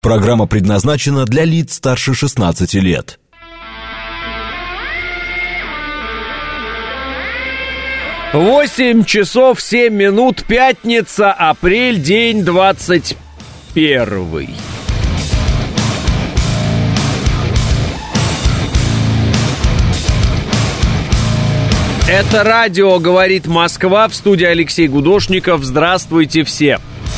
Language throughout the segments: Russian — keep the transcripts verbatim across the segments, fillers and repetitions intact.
Программа предназначена для лиц старше шестнадцати лет. Восемь часов семь минут, пятница, апрель, день двадцать первый. Это радио «Говорит Москва», в студии Алексей Гудошников. Здравствуйте все.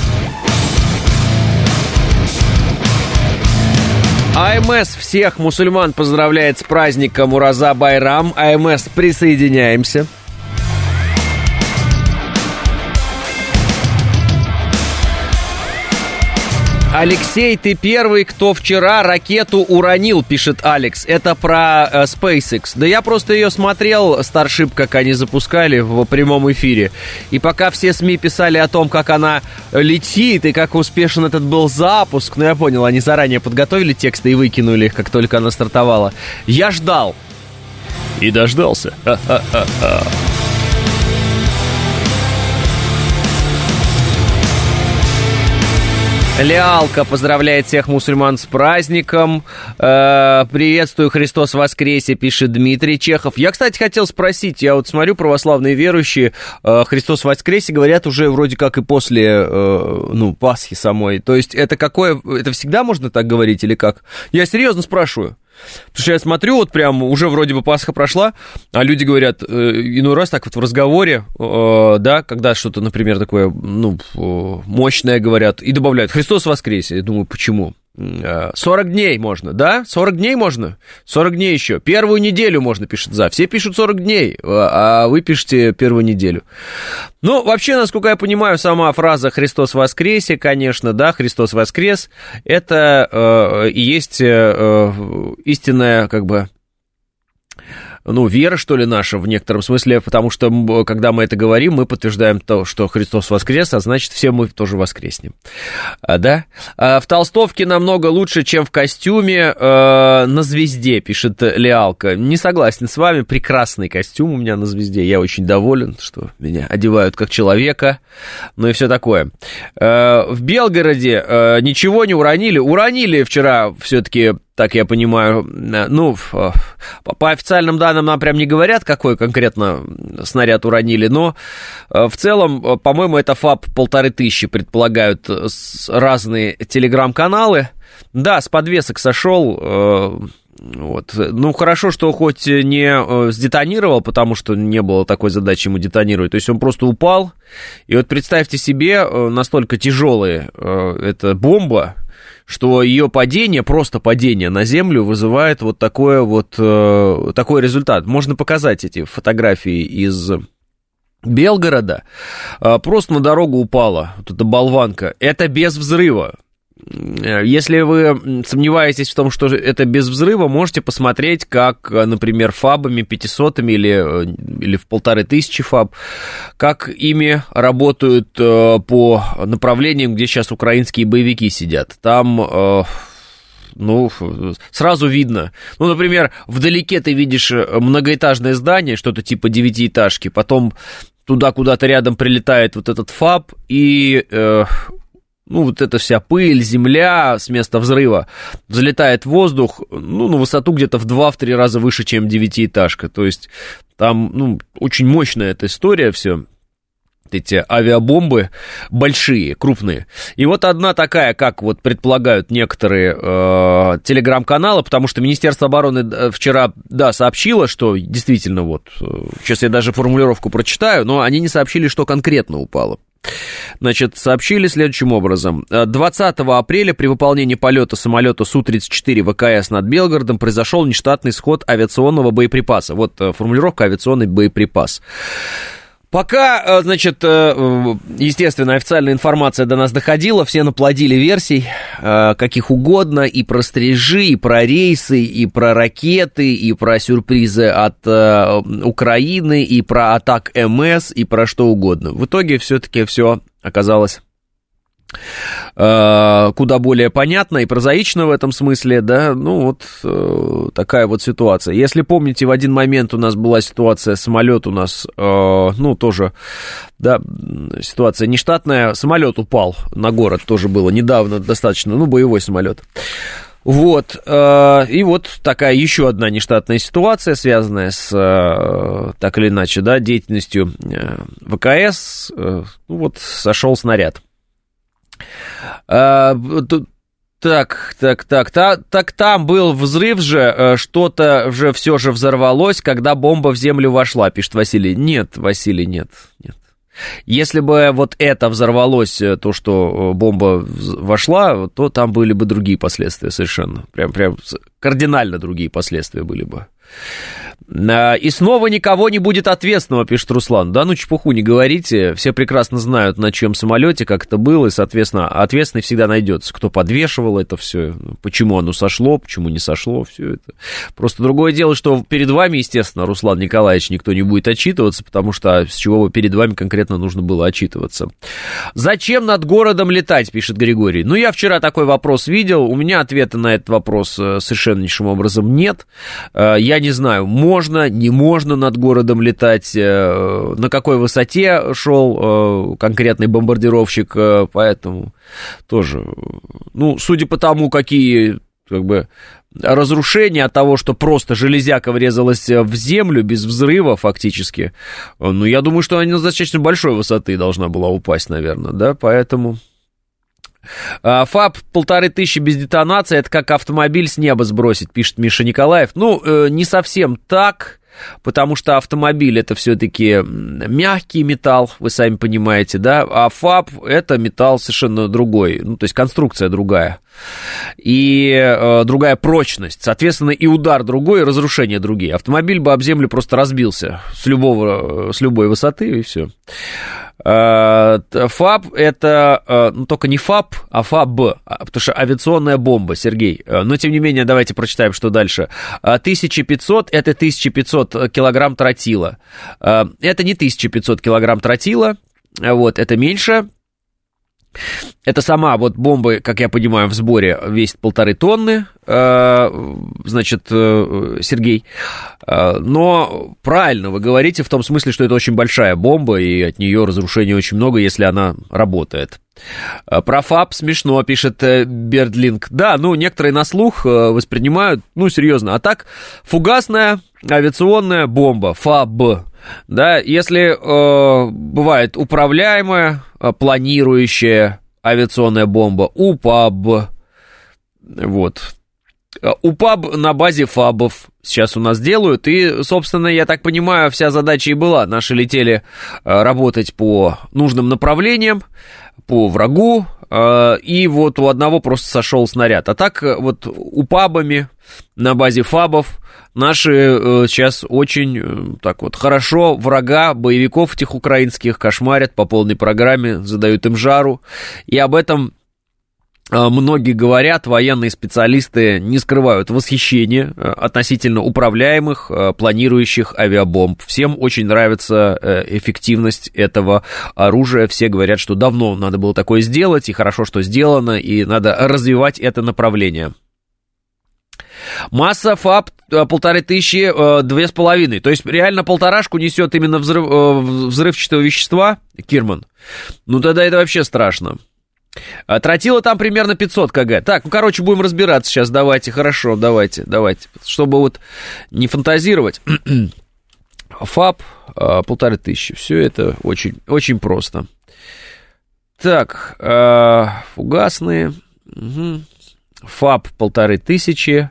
АМС всех мусульман поздравляет с праздником Ураза Байрам. АМС, присоединяемся. Алексей, ты первый, кто вчера ракету уронил, пишет Алекс. Это про э, SpaceX. Да я просто ее смотрел, Starship, как они запускали в прямом эфире. И пока все СМИ писали о том, как она летит и как успешен этот был запуск, ну я понял, они заранее подготовили тексты и выкинули их, как только она стартовала. Я ждал. И дождался. Ха-ха-ха-ха. Леалка поздравляет всех мусульман с праздником. Э, приветствую, Христос воскресе, пишет Дмитрий Чехов. Я, кстати, хотел спросить, я вот смотрю, православные верующие, э, Христос воскресе говорят уже вроде как и после, э, ну, Пасхи самой. То есть это какое, это всегда можно так говорить или как? Я серьезно спрашиваю. Потому что я смотрю, вот прям уже вроде бы Пасха прошла, а люди говорят, э, иной раз так вот в разговоре, э, да, когда что-то, например, такое, ну, мощное говорят, и добавляют «Христос воскресе». Я думаю, почему? сорок дней можно, да? сорок дней можно? сорок дней еще. Первую неделю можно, пишет За. Все пишут сорок дней, а вы пишете первую неделю. Ну, вообще, насколько я понимаю, сама фраза «Христос воскресе», конечно, да, «Христос воскрес», это э, и есть э, истинная, как бы, ну, вера, что ли, наша, в некотором смысле, потому что, когда мы это говорим, мы подтверждаем то, что Христос воскрес, а значит, все мы тоже воскреснем, а, да? А, в толстовке намного лучше, чем в костюме э, на звезде, пишет Леалка. Не согласен с вами, прекрасный костюм у меня на звезде, я очень доволен, что меня одевают как человека, ну и все такое. Э, в Белгороде э, ничего не уронили, уронили вчера все-таки... Так я понимаю, ну, по официальным данным нам прям не говорят, какой конкретно снаряд уронили, но в целом, по-моему, это ФАП полторы тысячи, предполагают разные телеграм-каналы. Да, с подвесок сошел, вот. Ну, хорошо, что хоть не сдетонировал, потому что не было такой задачи ему детонировать, то есть он просто упал, и вот представьте себе, настолько тяжелая эта бомба, что ее падение, просто падение на землю вызывает вот, такое вот э, такой результат. Можно показать эти фотографии из Белгорода. Э, просто на дорогу упала вот эта болванка. Это без взрыва. Если вы сомневаетесь в том, что это без взрыва, можете посмотреть, как, например, фабами пятисотами или, или в полторы тысячи фаб, как ими работают по направлениям, где сейчас украинские боевики сидят. Там... Ну, сразу видно. Ну, например, вдалеке ты видишь многоэтажное здание, что-то типа девятиэтажки, потом туда куда-то рядом прилетает вот этот фаб, и... Э, ну, вот эта вся пыль, земля с места взрыва взлетает в воздух, ну, на высоту где-то в два-три раза выше, чем девятиэтажка. То есть там, ну, очень мощная эта история все. Эти авиабомбы большие, крупные. И вот одна такая, как вот предполагают некоторые э, телеграм-каналы, потому что Министерство обороны вчера, да, сообщило, что действительно вот, сейчас я даже формулировку прочитаю, но они не сообщили, что конкретно упало. Значит, сообщили следующим образом. двадцатого апреля при выполнении полета самолета Су тридцать четыре ВКС над Белгородом произошел нештатный сход авиационного боеприпаса. Вот формулировка «авиационный боеприпас». Пока, значит, естественно, официальная информация до нас доходила, все наплодили версий, каких угодно, и про стрижи, и про рейсы, и про ракеты, и про сюрпризы от Украины, и про атак МС, и про что угодно. В итоге все-таки все оказалось куда более понятно и прозаично в этом смысле, да, ну вот э, такая вот ситуация. Если помните, в один момент у нас была ситуация, самолет у нас, э, ну тоже, да, ситуация нештатная, самолет упал на город, тоже было недавно достаточно, ну боевой самолет. Вот, э, и вот такая еще одна нештатная ситуация, связанная с, э, так или иначе, да, деятельностью э, ВКС, э, ну вот сошел снаряд. А, так, так, так, так, так, там был взрыв же, что-то же все же взорвалось, когда бомба в землю вошла, пишет Василий. Нет, Василий, нет, нет. Если бы вот это взорвалось, то, что бомба вошла, то там были бы другие последствия совершенно, прям, прям кардинально другие последствия были бы. И снова никого не будет ответственного, пишет Руслан. Да ну чепуху не говорите, все прекрасно знают, на чем самолете, как это было, и, соответственно, ответственный всегда найдется, кто подвешивал это все, почему оно сошло, почему не сошло, все это. Просто другое дело, что перед вами, естественно, Руслан Николаевич, никто не будет отчитываться, потому что с чего бы перед вами конкретно нужно было отчитываться. Зачем над городом летать, пишет Григорий. Ну, я вчера такой вопрос видел, у меня ответа на этот вопрос совершеннейшим образом нет. Я не знаю, можно, не можно над городом летать, на какой высоте шел конкретный бомбардировщик, поэтому тоже, ну, судя по тому, какие, как бы, разрушения от того, что просто железяка врезалась в землю без взрыва фактически, ну, я думаю, что она с достаточно большой высоты должна была упасть, наверное, да, поэтому... ФАП полторы тысячи без детонации, это как автомобиль с неба сбросить, пишет Миша Николаев. Ну, не совсем так, потому что автомобиль это все-таки мягкий металл, вы сами понимаете, да, а ФАП это металл совершенно другой, ну, то есть конструкция другая. И э, другая прочность, соответственно, и удар другой, и разрушения другие. Автомобиль бы об землю просто разбился с, любого, с любой высоты, и все. ФАП это, ну, только не ФАП, а ФАБ, потому что авиационная бомба, Сергей. Но, тем не менее, давайте прочитаем, что дальше. тысяча пятьсот это тысяча пятьсот килограмм тротила. Это не тысяча пятьсот килограмм тротила, вот, это меньше. Это сама вот бомба, как я понимаю, в сборе весит полторы тонны, значит, Сергей. Но правильно вы говорите в том смысле, что это очень большая бомба, и от нее разрушений очень много, если она работает. Про ФАП смешно, пишет Бердлинг. Да, ну, некоторые на слух воспринимают, ну, серьезно. А так, фугасная авиационная бомба, ФАБ. Да, если э, бывает управляемая, планирующая авиационная бомба, УПАБ, вот, УПАБ на базе ФАБов сейчас у нас делают, и, собственно, я так понимаю, вся задача и была, наши летели работать по нужным направлениям, по врагу, и вот у одного просто сошел снаряд, а так вот УПАБами на базе ФАБов наши сейчас очень так вот хорошо врага, боевиков этих украинских кошмарят по полной программе, задают им жару, и об этом многие говорят, военные специалисты не скрывают восхищения относительно управляемых, планирующих авиабомб. Всем очень нравится эффективность этого оружия. Все говорят, что давно надо было такое сделать, и хорошо, что сделано, и надо развивать это направление. Масса ФАП полторы тысячи, две с половиной. То есть реально полторашку несет именно взрыв, взрывчатого вещества, Кирман. Ну тогда это вообще страшно. Тротила там примерно пятьсот килограмм. Так, ну, короче, будем разбираться сейчас. Давайте, хорошо, давайте, давайте. Чтобы вот не фантазировать. ФАП полторы тысячи. Все это очень, очень просто. Так, фугасные. Угу. ФАП полторы тысячи.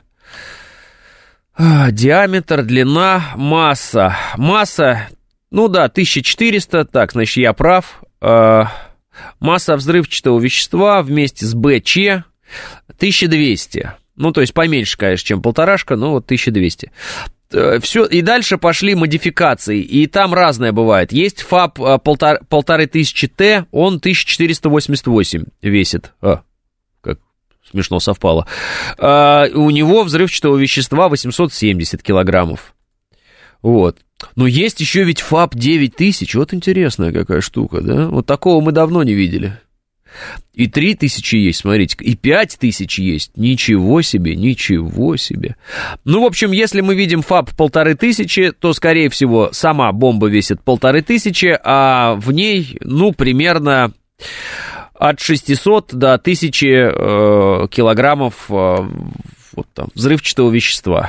Диаметр, длина, масса. Масса, ну да, тысяча четыреста. Так, значит, я прав. Масса взрывчатого вещества вместе с БЧ тысяча двести. Ну, то есть поменьше, конечно, чем полторашка, но вот тысяча двести. Все, и дальше пошли модификации, и там разное бывает. Есть ФАП полтор, полторы тысячи Т, он тысяча четыреста восемьдесят восемь весит. А, как смешно совпало. А, у него взрывчатого вещества восемьсот семьдесят килограммов. Вот. Но есть еще ведь ФАП девять тысяч, вот интересная какая штука, да? Вот такого мы давно не видели. И три тысячи есть, смотрите, и пять тысяч есть. Ничего себе, ничего себе. Ну, в общем, если мы видим ФАП полторы тысячи, то, скорее всего, сама бомба весит полторы тысячи, а в ней, ну, примерно от шестисот до тысячи э, килограммов э, вот там, взрывчатого вещества.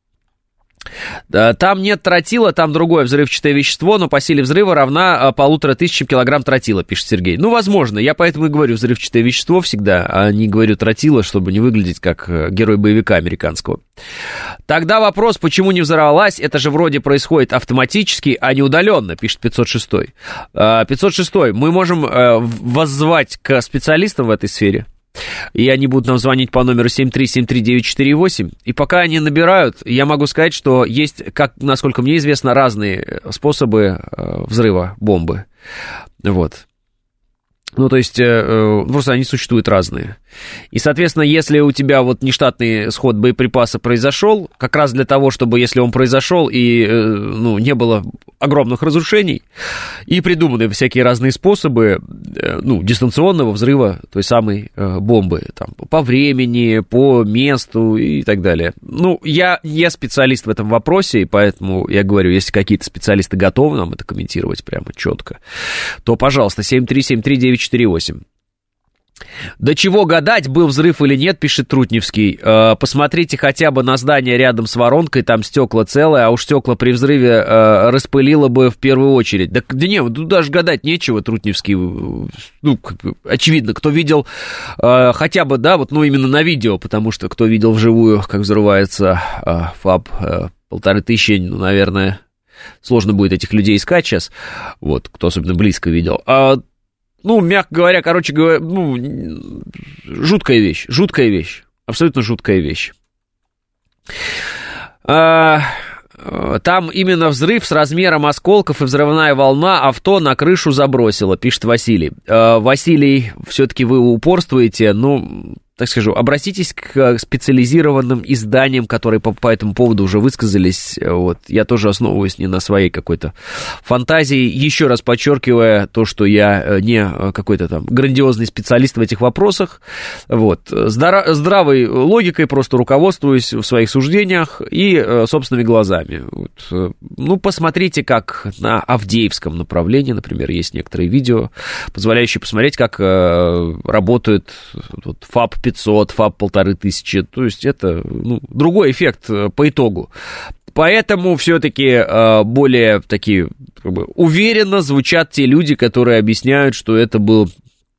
Там нет тротила, там другое взрывчатое вещество, но по силе взрыва равна полутора тысячам килограмм тротила, пишет Сергей. Ну, возможно, я поэтому и говорю взрывчатое вещество всегда, а не говорю тротила, чтобы не выглядеть как герой боевика американского. Тогда вопрос, почему не взорвалась, это же вроде происходит автоматически, а не удаленно, пишет пятьсот шестой. пятьсот шестой, мы можем воззвать к специалистам в этой сфере. И они будут нам звонить по номеру семь три семь три девять четыре восемь. И пока они набирают, я могу сказать, что есть, как, насколько мне известно, разные способы взрыва бомбы. Вот. Ну, то есть, просто они существуют разные. И, соответственно, если у тебя вот нештатный сход боеприпаса произошел, как раз для того, чтобы, если он произошел и, ну, не было огромных разрушений, и придуманы всякие разные способы, ну, дистанционного взрыва той самой бомбы, там, по времени, по месту и так далее. Ну, я не специалист в этом вопросе, и поэтому я говорю, если какие-то специалисты готовы нам это комментировать прямо четко, то, пожалуйста, семь три семь три девять четыре восемь. До чего гадать, был взрыв или нет, пишет Трутневский. Э, посмотрите хотя бы на здание рядом с воронкой, там стекла целые, а уж стекла при взрыве э, распылило бы в первую очередь. Да, да не, тут даже гадать нечего, Трутневский. Ну, как бы, очевидно, кто видел э, хотя бы, да, вот, ну, именно на видео, потому что кто видел вживую, как взрывается э, ФАП, э, полторы тысячи, ну, наверное, сложно будет этих людей искать сейчас, вот, кто особенно близко видел. А Ну, мягко говоря, короче говоря, ну, жуткая вещь, жуткая вещь, абсолютно жуткая вещь. А, там именно взрыв с размером осколков и взрывная волна авто на крышу забросила, пишет Василий. А, Василий, все-таки вы упорствуете, ну, так скажу, обратитесь к специализированным изданиям, которые по, по этому поводу уже высказались. Вот. Я тоже основываюсь не на своей какой-то фантазии, еще раз подчеркивая то, что я не какой-то там грандиозный специалист в этих вопросах. Вот. Здра- здравой логикой просто руководствуюсь в своих суждениях и собственными глазами. Вот. Ну, посмотрите, как на Авдеевском направлении, например, есть некоторые видео, позволяющие посмотреть, как работают вот, ФАП пятьсот, ФАП полторы тысячи, то есть это, ну, другой эффект по итогу. Поэтому все-таки э, более такие, как бы, уверенно звучат те люди, которые объясняют, что это был,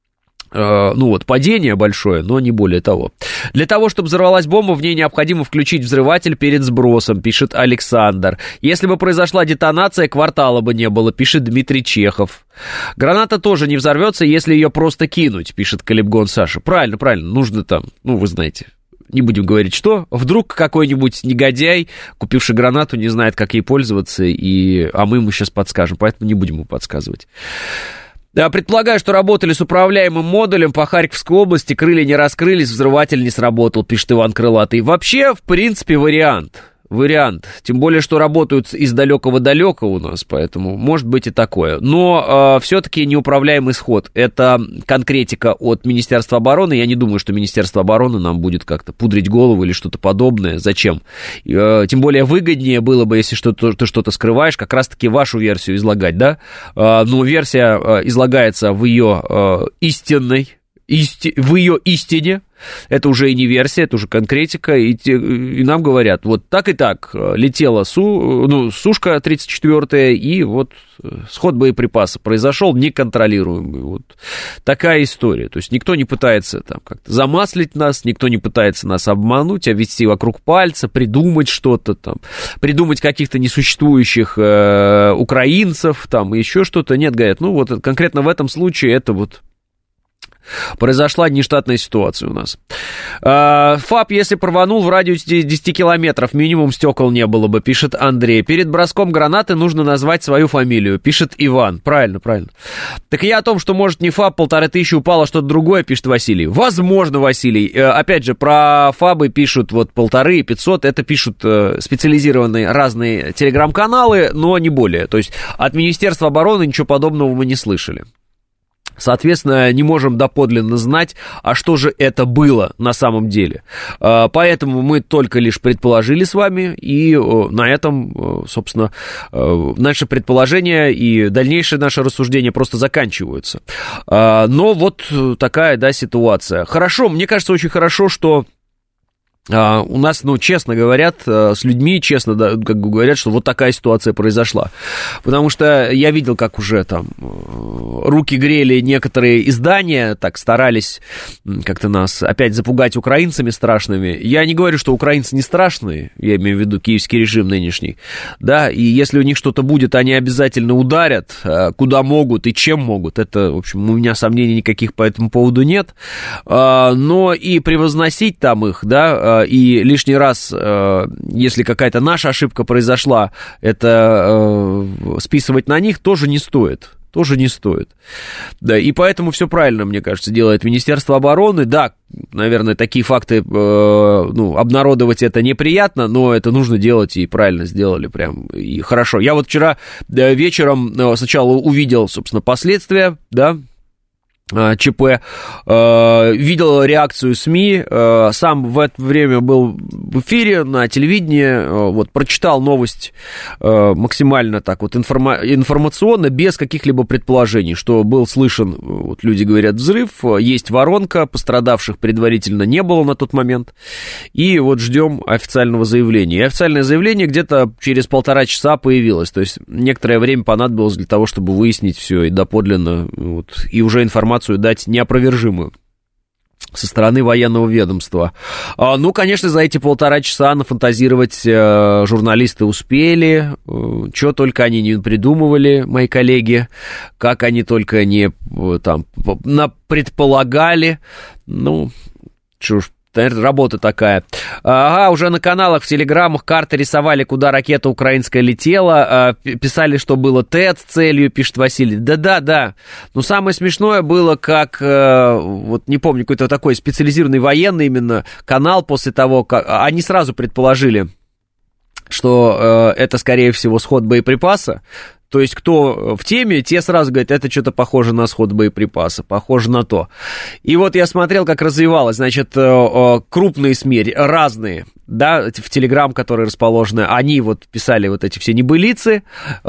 э, ну вот, падение большое, но не более того. Для того, чтобы взорвалась бомба, в ней необходимо включить взрыватель перед сбросом, пишет Александр. Если бы произошла детонация, квартала бы не было, пишет Дмитрий Чехов. Граната тоже не взорвется, если ее просто кинуть, пишет Калибгон Саша. Правильно, правильно, нужно там, ну, вы знаете, не будем говорить что. Вдруг какой-нибудь негодяй, купивший гранату, не знает, как ей пользоваться, и... а мы ему сейчас подскажем, поэтому не будем ему подсказывать. Да, предполагаю, что работали с управляемым модулем по Харьковской области, крылья не раскрылись, взрыватель не сработал, пишет Иван Крылатый. Вообще, в принципе, вариант. Вариант. Тем более, что работают из далекого-далека у нас, поэтому может быть и такое. Но э, все-таки неуправляемый сход. Это конкретика от Министерства обороны. Я не думаю, что Министерство обороны нам будет как-то пудрить голову или что-то подобное. Зачем? Э, тем более выгоднее было бы, если что-то, ты что-то скрываешь, как раз-таки вашу версию излагать, да? Э, но версия э, излагается в ее э, истинной, исти, в ее истине. Это уже и не версия, это уже конкретика, и, те, и нам говорят, вот так и так летела су, ну, Сушка тридцать четвёртая, и вот сход боеприпаса произошел неконтролируемый. Вот такая история. То есть никто не пытается там как-то замаслить нас, никто не пытается нас обмануть, обвести вокруг пальца, придумать что-то там, придумать каких-то несуществующих э, украинцев, там, еще что-то. Нет, говорят, ну вот конкретно в этом случае это вот произошла нештатная ситуация у нас. ФАП, если порванул в радиусе десять километров, минимум стекол не было бы, пишет Андрей. Перед броском гранаты нужно назвать свою фамилию, пишет Иван. Правильно, правильно. Так я о том, что может не ФАП, полторы тысячи упало, что-то другое, пишет Василий. Возможно, Василий. Опять же, про ФАБы пишут вот полторы, пятьсот, это пишут специализированные разные телеграм-каналы, но не более. То есть от Министерства обороны ничего подобного мы не слышали. Соответственно, не можем доподлинно знать, а что же это было на самом деле. Поэтому мы только лишь предположили с вами, и на этом, собственно, наши предположения и дальнейшее наше рассуждение просто заканчиваются. Но вот такая, да, ситуация. Хорошо, мне кажется, очень хорошо, что... Uh, у нас, ну, честно говорят, uh, с людьми, честно, да, как бы говорят, что вот такая ситуация произошла. Потому что я видел, как уже там uh, руки грели некоторые издания, так старались как-то нас опять запугать украинцами страшными. Я не говорю, что украинцы не страшные, я имею в виду киевский режим нынешний, да, и если у них что-то будет, они обязательно ударят, uh, куда могут и чем могут. Это, в общем, у меня сомнений никаких по этому поводу нет. Uh, но и превозносить там их, да, и лишний раз, если какая-то наша ошибка произошла, это списывать на них тоже не стоит. Тоже не стоит. Да, и поэтому все правильно, мне кажется, делает Министерство обороны. Да, наверное, такие факты, ну, обнародовать это неприятно, но это нужно делать, и правильно сделали прям, и хорошо. Я вот вчера вечером сначала увидел, собственно, последствия, да, ЧП, видел реакцию СМИ, сам в это время был в эфире на телевидении, вот, прочитал новость максимально так вот информа- информационно, без каких-либо предположений, что был слышен, вот люди говорят, взрыв, есть воронка, пострадавших предварительно не было на тот момент, и вот ждем официального заявления. И официальное заявление где-то через полтора часа появилось, то есть некоторое время понадобилось для того, чтобы выяснить все и доподлинно, вот, и уже информацию дать неопровержимую со стороны военного ведомства. А, ну, конечно, за эти полтора часа нафантазировать э, журналисты успели, э, что только они не придумывали, мои коллеги, как они только не э, там предполагали, ну, что ж, работа такая. Ага, уже на каналах, в телеграммах карты рисовали, куда ракета украинская летела, писали, что было ТЭТ с целью, пишет Василий. Да-да-да. Но самое смешное было, как, вот не помню, какой-то такой специализированный военный именно канал после того, как... Они сразу предположили, что это, скорее всего, сход боеприпаса. То есть, кто в теме, те сразу говорят, это что-то похоже на сход боеприпаса, похоже на то. И вот я смотрел, как развивалось, значит, крупные СМИ, разные, да, в Телеграм, которые расположены, они вот писали вот эти все небылицы.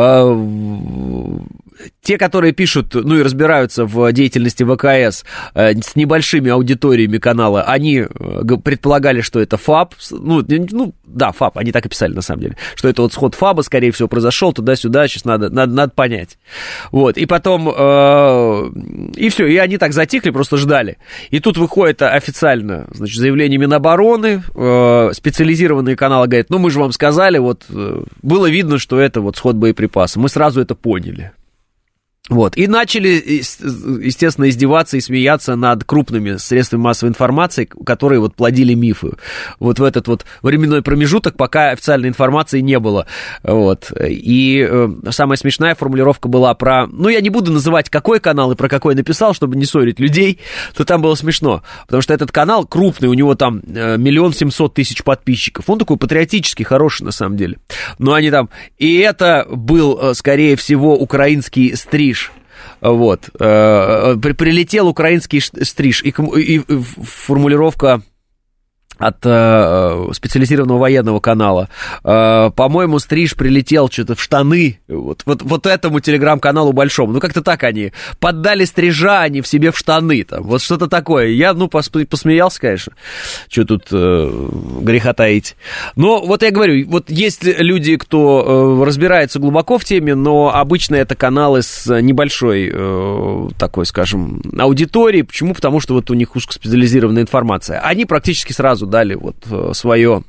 Те, которые пишут, ну и разбираются в деятельности ВКС с небольшими аудиториями канала, они предполагали, что это ФАБ, ну, ну, да, ФАБ, они так и писали на самом деле, что это вот сход ФАБа, скорее всего, произошел туда-сюда, сейчас надо, надо, надо понять. Вот, и потом, э, и все, и они так затихли, просто ждали. И тут выходит официально, значит, заявление Минобороны, э, специализированные каналы говорят, ну, мы же вам сказали, вот, э, было видно, что это вот сход боеприпаса, мы сразу это поняли. Вот, и начали, естественно, издеваться и смеяться над крупными средствами массовой информации, которые вот плодили мифы. Вот в этот вот временной промежуток, пока официальной информации не было. Вот, и э, самая смешная формулировка была про... Ну, я не буду называть, какой канал и про какой написал, чтобы не ссорить людей, то там было смешно. Потому что этот канал крупный, у него там миллион семьсот тысяч подписчиков. Он такой патриотический, хороший на самом деле. Но они там... И это был, скорее всего, украинский стриж. Вот, при, прилетел украинский стриж, и, и, и формулировка от э, специализированного военного канала. Э, по-моему, стриж прилетел что-то в штаны, вот, вот, вот этому телеграм-каналу большому. Ну, как-то так они поддали стрижа, они в себе в штаны, там, вот что-то такое. Я, ну, пос- посмеялся, конечно, что тут э, греха таить. Но вот я говорю, вот есть люди, кто э, разбирается глубоко в теме, но обычно это каналы с небольшой э, такой, скажем, аудиторией. Почему? Потому что вот у них узкоспециализированная информация. Они практически сразу дали вот свое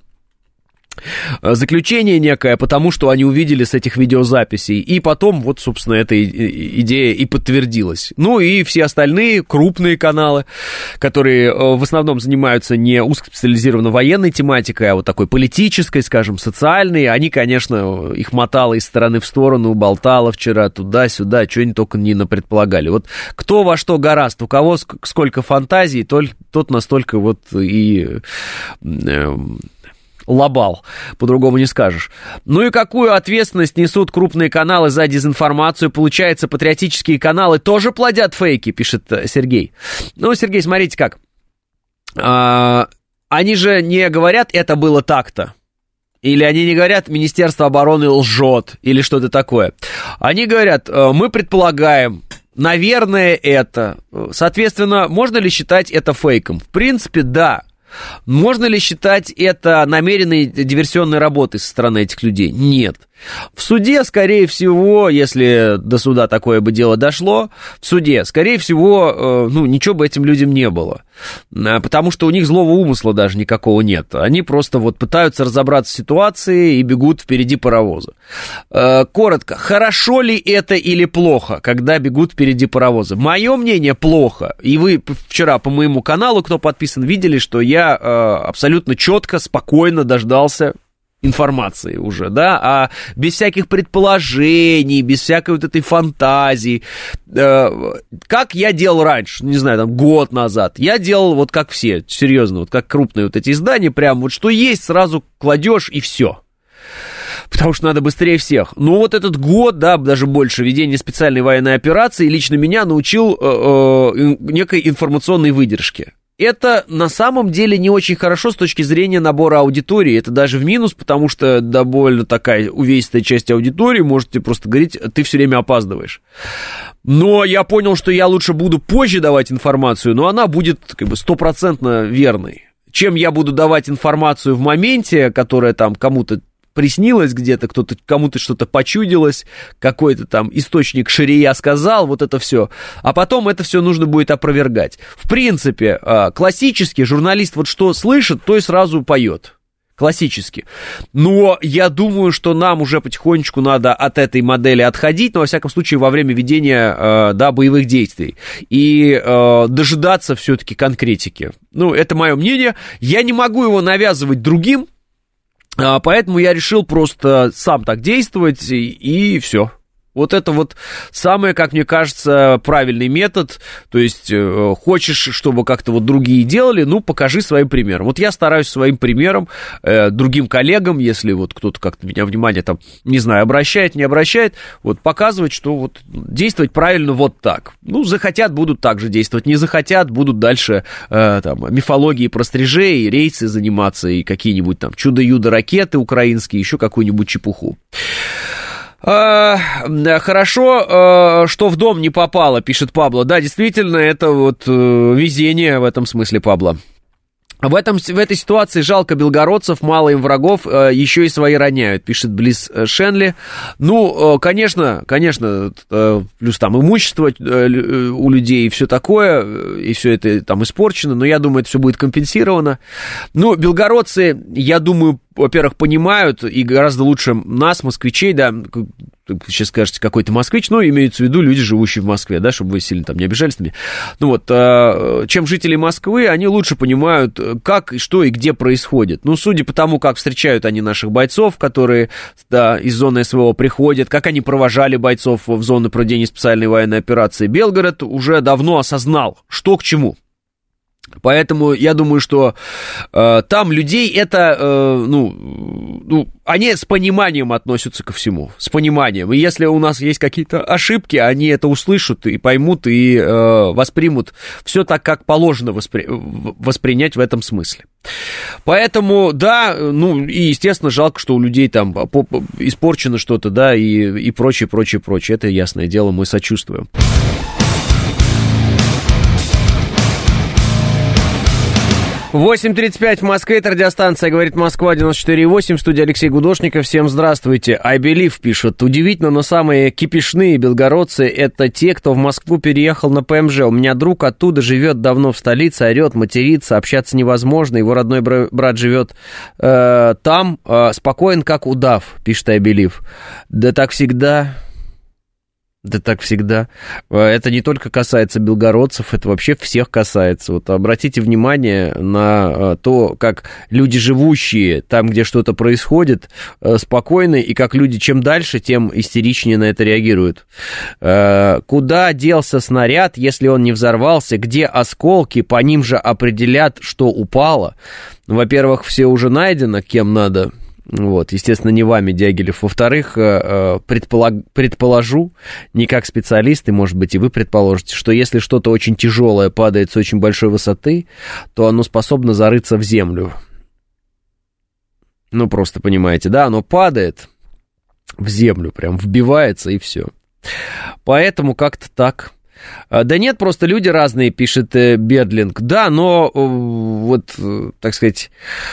заключение некое, потому что они увидели с этих видеозаписей, и потом вот, собственно, эта идея и подтвердилась. Ну и все остальные крупные каналы, которые в основном занимаются не узкоспециализированно военной тематикой, а вот такой политической, скажем, социальной, они, конечно, их мотало из стороны в сторону, болтало вчера туда-сюда, что они только не напредполагали. Вот кто во что горазд, у кого сколько фантазий, тот настолько вот и... лобал, по-другому не скажешь. Ну и какую ответственность несут крупные каналы за дезинформацию? Получается, патриотические каналы тоже плодят фейки, пишет Сергей. Ну, Сергей, смотрите как. А, они же не говорят, это было так-то. Или они не говорят, Министерство обороны лжет, или что-то такое. Они говорят, мы предполагаем, наверное, это. Соответственно, можно ли считать это фейком? В принципе, да. Можно ли считать это намеренной диверсионной работой со стороны этих людей? Нет. В суде, скорее всего, если до суда такое бы дело дошло, в суде, скорее всего, ну, ничего бы этим людям не было. Потому что у них злого умысла даже никакого нет. Они просто вот пытаются разобраться в ситуации и бегут впереди паровоза. Коротко, хорошо ли это или плохо, когда бегут впереди паровоза? Мое мнение, плохо. И вы вчера по моему каналу, кто подписан, видели, что я абсолютно четко, спокойно дождался информации уже, да, а без всяких предположений, без всякой вот этой фантазии. Э, как я делал раньше, не знаю, там, год назад, я делал вот как все, серьезно, вот как крупные вот эти издания, прям вот что есть, сразу кладешь и все. Потому что надо быстрее всех. Ну, вот этот год, да, даже больше, ведения специальной военной операции лично меня научил э, э, некой информационной выдержке. Это на самом деле не очень хорошо с точки зрения набора аудитории. Это даже в минус, потому что довольно такая увесистая часть аудитории может тебе просто говорить, ты все время опаздываешь. Но я понял, что я лучше буду позже давать информацию, но она будет как бы стопроцентно верной. Чем я буду давать информацию в моменте, которая там кому-то приснилось где-то, кто-то, кому-то что-то почудилось, какой-то там источник шария сказал, вот это все, а потом это все нужно будет опровергать. В принципе, классически журналист вот что слышит, то и сразу поет. Классически. Но я думаю, что нам уже потихонечку надо от этой модели отходить, но, во всяком случае, во время ведения, да, боевых действий. И э, дожидаться все-таки конкретики. Ну, это мое мнение. Я не могу его навязывать другим, поэтому я решил просто сам так действовать, и, и все. Вот это вот самый, как мне кажется, правильный метод. То есть, э, хочешь, чтобы как-то вот другие делали, ну, покажи своим примером. Вот я стараюсь своим примером э, другим коллегам, если вот кто-то как-то меня внимание там, не знаю, обращает, не обращает, вот показывать, что вот действовать правильно вот так. Ну, захотят, будут так же действовать, не захотят, будут дальше э, там мифологией про стрижей, рейсы заниматься и какие-нибудь там чудо-юдо-ракеты украинские, еще какую-нибудь чепуху. А, хорошо, а, что в дом не попало, пишет Пабло. Да, действительно, это вот а, везение в этом смысле, Пабло. В, этом, в этой ситуации жалко белгородцев, мало им врагов, еще и свои роняют, пишет Близ Шенли. Ну, конечно, конечно, плюс там имущество у людей и все такое, и все это там испорчено, но я думаю, это все будет компенсировано. Ну, белгородцы, я думаю, во-первых, понимают, и гораздо лучше нас, москвичей, да, сейчас скажете, какой ты москвич, но имеются в виду люди, живущие в Москве, да, чтобы вы сильно там не обижались на меня. Ну вот, чем жители Москвы, они лучше понимают, как, что и где происходит. Ну, судя по тому, как встречают они наших бойцов, которые, да, из зоны СВО приходят, как они провожали бойцов в зону проведения специальной военной операции, Белгород уже давно осознал, что к чему. Поэтому я думаю, что э, там людей это, э, ну, ну, они с пониманием относятся ко всему, с пониманием. И если у нас есть какие-то ошибки, они это услышат и поймут, и э, воспримут все так, как положено воспри... воспринять в этом смысле. Поэтому, да, ну, и, естественно, жалко, что у людей там испорчено что-то, да, и, и прочее, прочее, прочее. Это ясное дело, мы сочувствуем. восемь тридцать пять в Москве, это радиостанция «Говорит Москва», девяносто четыре и восемь, в студии Алексей Гудошников. Всем здравствуйте. I believe пишет. Удивительно, но самые кипишные белгородцы — это те, кто в Москву переехал на ПМЖ. У меня друг оттуда живет давно в столице, орет, матерится, общаться невозможно. Его родной брат живет э, там, э, спокоен, как удав, пишет I believe. Да так всегда... Да так всегда. Это не только касается белгородцев, это вообще всех касается. Вот обратите внимание на то, как люди, живущие там, где что-то происходит, спокойны, и как люди чем дальше, тем истеричнее на это реагируют. Куда делся снаряд, если он не взорвался? Где осколки? По ним же определят, что упало. Во-первых, все уже найдено, кем надо. Вот, естественно, не вами, Дягилев. Во-вторых, предполаг... предположу, не как специалист, и, может быть, и вы предположите, что если что-то очень тяжелое падает с очень большой высоты, то оно способно зарыться в землю. Ну, просто понимаете, да, оно падает в землю, прям вбивается, и все. Поэтому как-то так. Да нет, просто люди разные, пишет Бердлинг. Да, но вот, так сказать...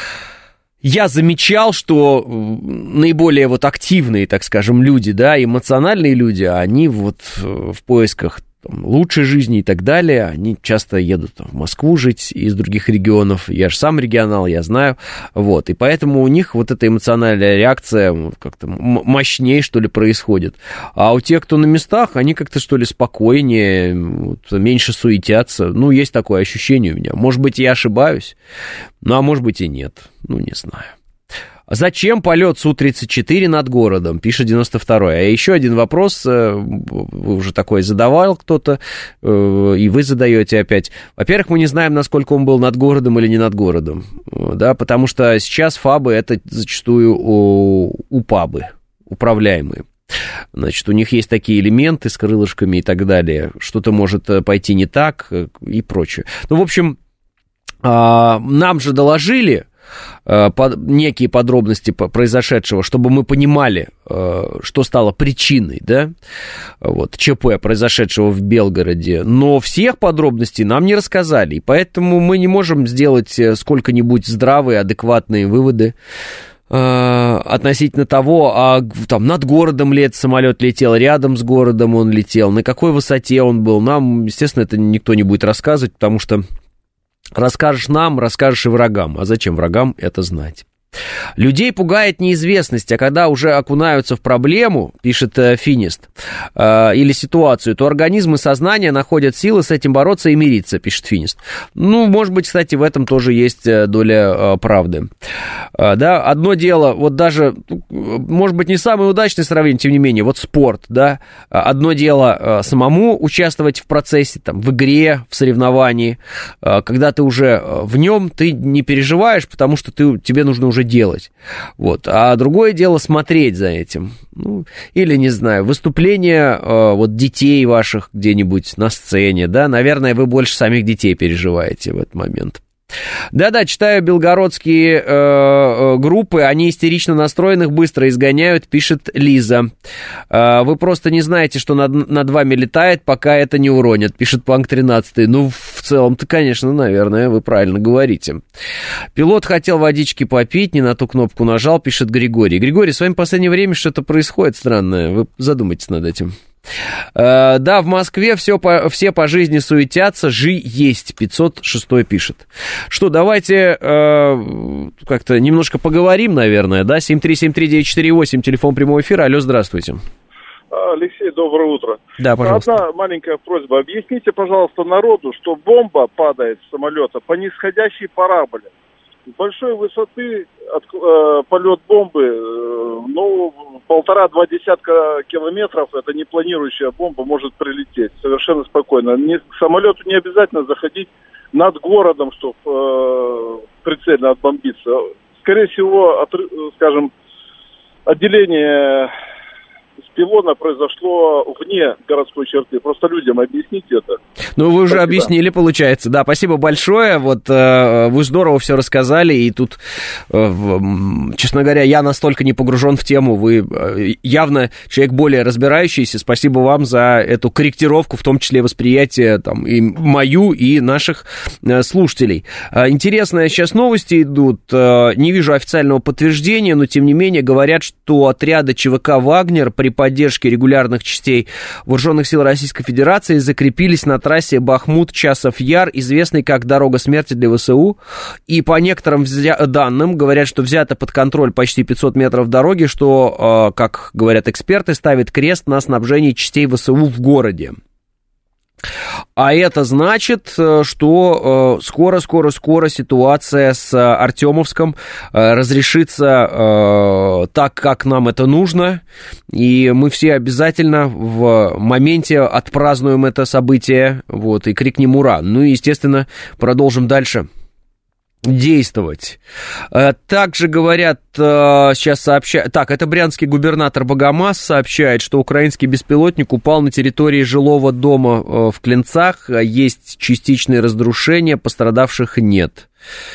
Я замечал, что наиболее вот активные, так скажем, люди, да, эмоциональные люди, они вот в поисках там лучшей жизни и так далее, они часто едут там в Москву жить из других регионов. Я же сам регионал, я знаю, вот, и поэтому у них вот эта эмоциональная реакция как-то мощнее, что ли, происходит. А у тех, кто на местах, они как-то, что ли, спокойнее, вот, меньше суетятся. Ну, есть такое ощущение у меня. Может быть, я ошибаюсь, ну, а может быть и нет, ну, не знаю. Зачем полет Су тридцать четыре над городом, пишет девяносто второй. А еще один вопрос, вы уже такой задавал кто-то, и вы задаете опять. Во-первых, мы не знаем, насколько он был над городом или не над городом, да, потому что сейчас ФАБы это зачастую УПАБы, управляемые. Значит, у них есть такие элементы с крылышками и так далее, что-то может пойти не так и прочее. Ну, в общем, нам же доложили некие подробности произошедшего, чтобы мы понимали, что стало причиной, да, вот, ЧП, произошедшего в Белгороде, но всех подробностей нам не рассказали, и поэтому мы не можем сделать сколько-нибудь здравые, адекватные выводы относительно того, а там над городом ли этот самолет летел, рядом с городом он летел, на какой высоте он был. Нам, естественно, это никто не будет рассказывать, потому что расскажешь нам, расскажешь и врагам. А зачем врагам это знать? Людей пугает неизвестность, а когда уже окунаются в проблему, пишет Финист, э, или ситуацию, то организм и сознание находят силы с этим бороться и мириться, пишет Финист. Ну, может быть, кстати, в этом тоже есть доля э, правды. Э, да, одно дело, вот даже, может быть, не самое удачное сравнение, тем не менее, вот спорт, да, одно дело э, самому участвовать в процессе, там, в игре, в соревновании, э, когда ты уже в нем, ты не переживаешь, потому что ты, тебе нужно уже делать. Вот. А другое дело смотреть за этим. Ну, или, не знаю, выступления э, вот детей ваших где-нибудь на сцене, да, наверное, вы больше самих детей переживаете в этот момент. Да-да, читаю белгородские э, группы, они истерично настроенных быстро изгоняют, пишет Лиза. Э, вы просто не знаете, что над, над вами летает, пока это не уронят, пишет Панк тринадцать. Ну, в целом-то, конечно, наверное, вы правильно говорите. Пилот хотел водички попить, не на ту кнопку нажал, пишет Григорий. Григорий, с вами в последнее время что-то происходит странное, вы задумайтесь над этим. Uh, да, в Москве все по, все по жизни суетятся, жи есть, пятьсот шестой пишет. Что, давайте uh, как-то немножко поговорим, наверное, да, семь три семь три девять четыре восемь, телефон прямого эфира, алло, здравствуйте. Алексей, доброе утро. Да, пожалуйста. Одна маленькая просьба, объясните, пожалуйста, народу, что бомба падает с самолета по нисходящей параболе. С большой высоты от, э, полет бомбы, э, ну, полтора-два десятка километров, это не планирующая бомба, может прилететь совершенно спокойно. Не, к самолету не обязательно заходить над городом, чтобы э, прицельно отбомбиться. Скорее всего, от, скажем, отделение с пилона произошло вне городской черты. Просто людям объясните это. Ну, вы уже спасибо. Объяснили, получается. Да, спасибо большое. Вот э, вы здорово все рассказали. И тут, э, честно говоря, я настолько не погружен в тему. Вы э, явно человек более разбирающийся. Спасибо вам за эту корректировку, в том числе восприятие там, и мою, и наших э, слушателей. Э, интересные сейчас новости идут. Э, не вижу официального подтверждения, но, тем не менее, говорят, что отряды ЧВК «Вагнер» при поддержки регулярных частей Вооруженных сил Российской Федерации закрепились на трассе Бахмут-Часов-Яр, известной как дорога смерти для ВСУ. И по некоторым взя- данным говорят, что взято под контроль почти пятьсот метров дороги, что, как говорят эксперты, ставит крест на снабжении частей ВСУ в городе. А это значит, что скоро-скоро-скоро ситуация с Артемовском разрешится так, как нам это нужно, и мы все обязательно в моменте отпразднуем это событие, вот, и крикнем «Ура!». Ну и, естественно, продолжим дальше действовать. Также говорят, сейчас сообщают... Так, это брянский губернатор Богомаз сообщает, что украинский беспилотник упал на территории жилого дома в Клинцах. Есть частичные разрушения, пострадавших нет.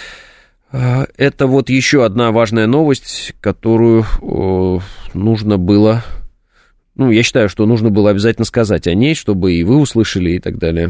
Это вот еще одна важная новость, которую нужно было... Ну, я считаю, что нужно было обязательно сказать о ней, чтобы и вы услышали и так далее.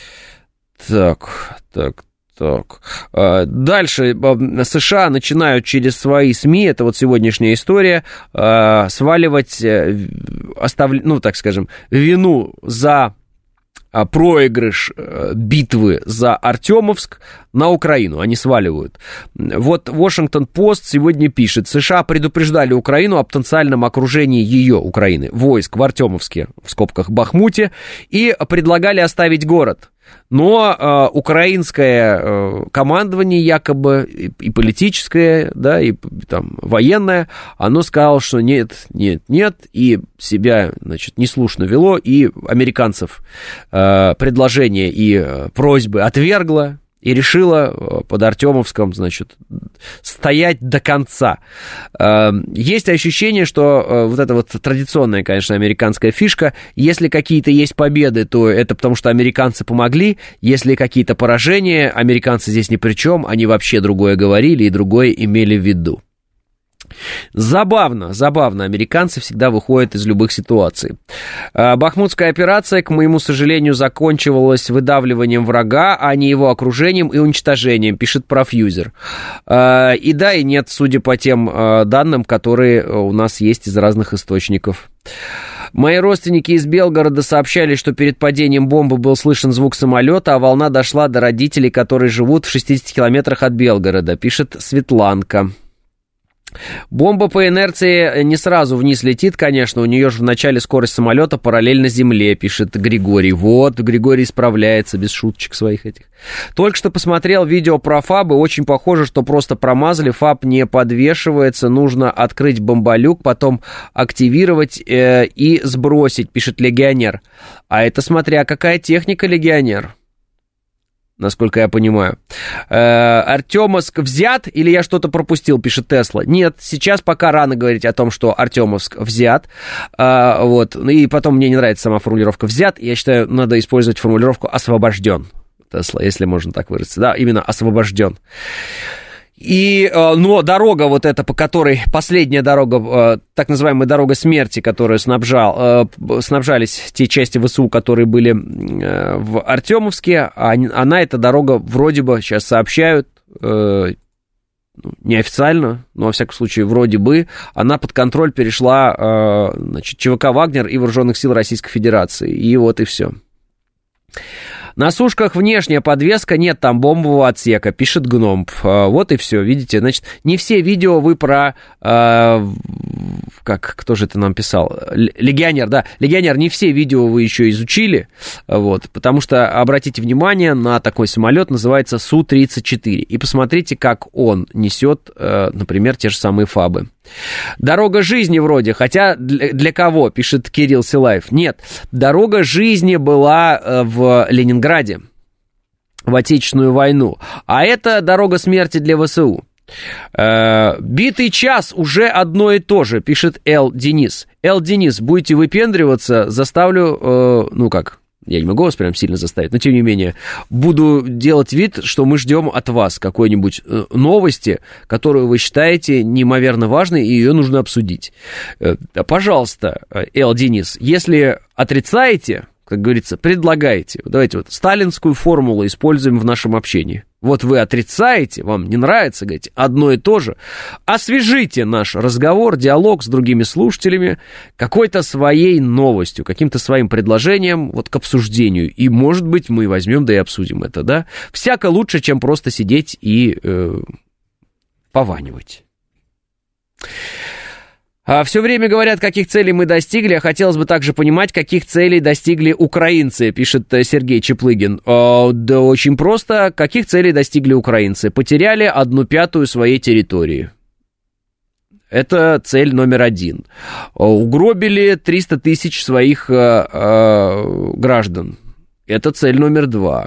Так, так, Так, дальше США начинают через свои СМИ, это вот сегодняшняя история, сваливать, остав... ну, так скажем, вину за проигрыш битвы за Артемовск на Украину, они сваливают. Вот Вашингтон-Пост сегодня пишет: США предупреждали Украину о потенциальном окружении ее, Украины, войск в Артемовске, в скобках Бахмуте, и предлагали оставить город. Но э, украинское э, командование, якобы и, и политическое, да, и там военное, оно сказало, что нет, нет, нет, и себя, значит, неслушно вело, и американцев э, предложения и э, просьбы отвергло, и решила под Артемовском, значит, стоять до конца. Есть ощущение, что вот это вот традиционная, конечно, американская фишка: если какие-то есть победы, то это потому, что американцы помогли, если какие-то поражения, американцы здесь ни при чем, они вообще другое говорили и другое имели в виду. Забавно, забавно, американцы всегда выходят из любых ситуаций. Бахмутская операция, к моему сожалению, закончилась выдавливанием врага, а не его окружением и уничтожением, пишет Профьюзер. И да, и нет, судя по тем данным, которые у нас есть из разных источников. Мои родственники из Белгорода сообщали, что перед падением бомбы был слышен звук самолета, а волна дошла до родителей, которые живут в шестидесяти километрах от Белгорода, пишет Светланка. Бомба по инерции не сразу вниз летит, конечно, у нее же в начале скорость самолета параллельно земле, пишет Григорий. Вот, Григорий справляется без шуточек своих этих. Только что посмотрел видео про ФАБы, очень похоже, что просто промазали, ФАБ не подвешивается, нужно открыть бомболюк, потом активировать э, и сбросить, пишет Легионер. А это смотря какая техника, Легионер. Насколько я понимаю. Артемовск взят или я что-то пропустил, пишет Тесла. Нет, сейчас пока рано говорить о том, что Артемовск взят. Вот. И потом мне не нравится сама формулировка «взят». Я считаю, надо использовать формулировку «освобожден». Тесла, если можно так выразиться. Да, именно «освобожден». И, но дорога вот эта, по которой, последняя дорога, так называемая дорога смерти, которую снабжал, снабжались те части ВСУ, которые были в Артемовске, она, эта дорога, вроде бы, сейчас сообщают, неофициально, но, во всяком случае, вроде бы, она под контроль перешла, значит, ЧВК «Вагнер» и Вооруженных сил Российской Федерации. И вот и все. На сушках внешняя подвеска, нет там бомбового отсека, пишет Гном. Вот и все, видите, значит, не все видео вы про... Э, как, кто же это нам писал? Легионер, да, Легионер, не все видео вы еще изучили, вот, потому что обратите внимание на такой самолет, называется Су тридцать четыре, и посмотрите, как он несет, э, например, те же самые ФАБы. Дорога жизни вроде, хотя для, для кого, пишет Кирилл Силаев. Нет, дорога жизни была э, в Ленинграде в Отечественную войну, а это дорога смерти для ВСУ. Э, битый час уже одно и то же, пишет Эл Денис. Эл Денис, будете выпендриваться, заставлю, э, ну как... Я не могу вас прям сильно заставить, но тем не менее, буду делать вид, что мы ждем от вас какой-нибудь новости, которую вы считаете неимоверно важной, и ее нужно обсудить. Пожалуйста, Эл Денис, если отрицаете, как говорится, предлагайте. Давайте вот сталинскую формулу используем в нашем общении. Вот вы отрицаете, вам не нравится, говорите, одно и то же. Освежите наш разговор, диалог с другими слушателями какой-то своей новостью, каким-то своим предложением вот к обсуждению. И, может быть, мы возьмем, да и обсудим это, да? Всяко лучше, чем просто сидеть и э, пованивать. Все время говорят, каких целей мы достигли, а хотелось бы также понимать, каких целей достигли украинцы, пишет Сергей Чеплыгин. Да очень просто. Каких целей достигли украинцы? Потеряли одну пятую своей территории. Это цель номер один. Угробили триста тысяч своих э, э, граждан. Это цель номер два.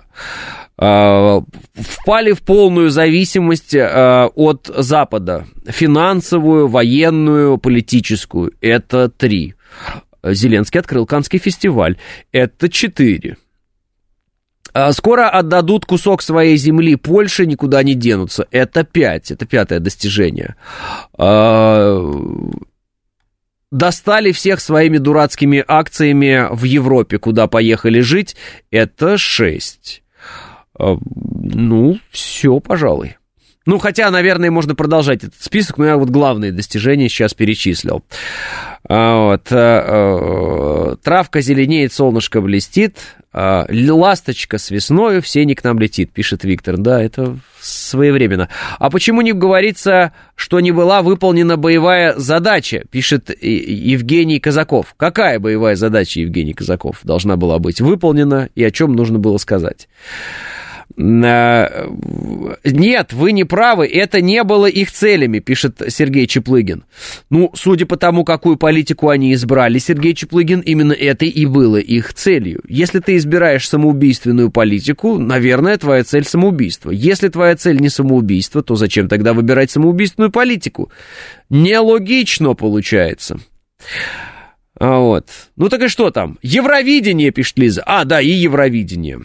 Впали в полную зависимость от Запада. Финансовую, военную, политическую. Это три. Зеленский открыл Каннский фестиваль. Это четыре. Скоро отдадут кусок своей земли Польше, никуда не денутся. Это пять. Это пятое достижение. Достали всех своими дурацкими акциями в Европе, куда поехали жить. Это шесть. Ну, все, пожалуй. Ну, хотя, наверное, можно продолжать этот список, но я вот главные достижения сейчас перечислил. Вот. Травка зеленеет, солнышко блестит, ласточка с весною, все не к нам летит, пишет Виктор. Да, это своевременно. А почему не говорится, что не была выполнена боевая задача, пишет Евгений Казаков. Какая боевая задача, Евгений Казаков, должна была быть выполнена и о чем нужно было сказать? Нет, вы не правы, это не было их целями, пишет Сергей Чеплыгин. Ну, судя по тому, какую политику они избрали, Сергей Чеплыгин, именно это и было их целью. Если ты избираешь самоубийственную политику, наверное, твоя цель самоубийство. Если твоя цель не самоубийство, то зачем тогда выбирать самоубийственную политику? Нелогично получается. Вот. Ну так и что там? Евровидение, пишет Лиза. А, да, и Евровидение.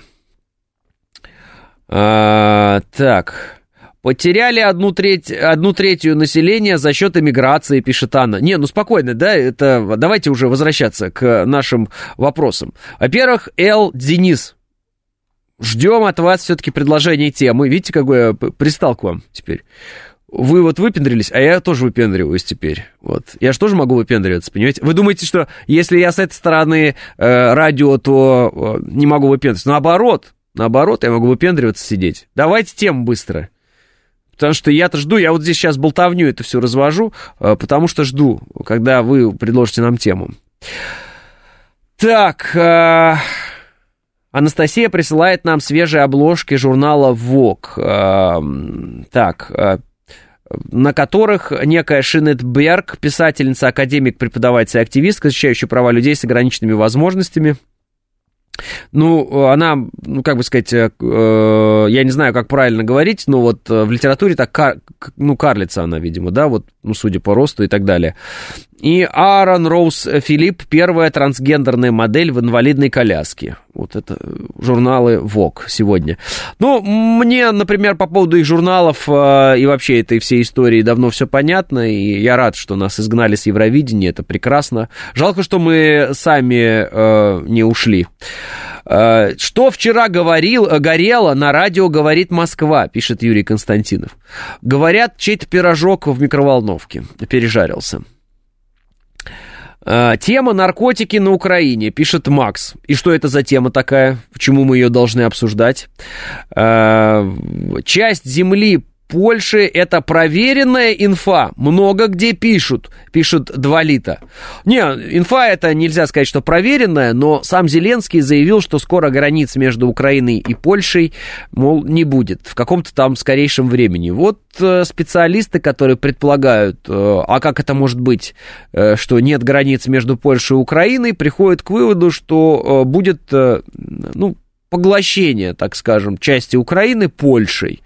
А, так, потеряли одну, треть, одну третью населения за счет эмиграции, пишет Анна. Не, ну спокойно, да, это давайте уже возвращаться к нашим вопросам. Во-первых, Эл Денис, ждем от вас все-таки предложение темы. Видите, какой я пристал к вам теперь? Вы вот выпендрились, а я тоже выпендриваюсь теперь. Вот. Я же тоже могу выпендриваться, понимаете? Вы думаете, что если я с этой стороны э, радио, то э, не могу выпендриваться? Наоборот. Наоборот, я могу выпендриваться, сидеть. Давайте тему быстро. Потому что я-то жду, я вот здесь сейчас болтовню это все развожу, потому что жду, когда вы предложите нам тему. Так, э, Анастасия присылает нам свежие обложки журнала Vogue. Э, так, э, на которых некая Шинет Берг, писательница, академик, преподаватель и активистка, защищающая права людей с ограниченными возможностями. Ну, она, ну, как бы сказать, э, я не знаю, как правильно говорить, но вот в литературе так, кар, ну, карлица она, видимо, да, вот, ну, судя по росту и так далее. И Аарон Роуз Филипп, первая трансгендерная модель в инвалидной коляске. Вот это журналы Vogue сегодня. Ну, мне, например, по поводу их журналов э, и вообще этой всей истории давно все понятно, и я рад, что нас изгнали с Евровидения, это прекрасно. Жалко, что мы сами э, не ушли. Э, что вчера говорил, горело, на радио говорит Москва, пишет Юрий Константинов. Говорят, чей-то пирожок в микроволновке пережарился. Тема «Наркотики на Украине», пишет Макс. И что это за тема такая? Почему мы ее должны обсуждать? Часть земли Польши — это проверенная инфа. Много где пишут, пишет Двалита. Не, инфа это нельзя сказать, что проверенная, но сам Зеленский заявил, что скоро границ между Украиной и Польшей, мол, не будет. В каком-то там скорейшем времени. Вот э, специалисты, которые предполагают, э, а как это может быть, э, что нет границ между Польшей и Украиной, приходят к выводу, что э, будет, э, ну, поглощение, так скажем, части Украины Польшей.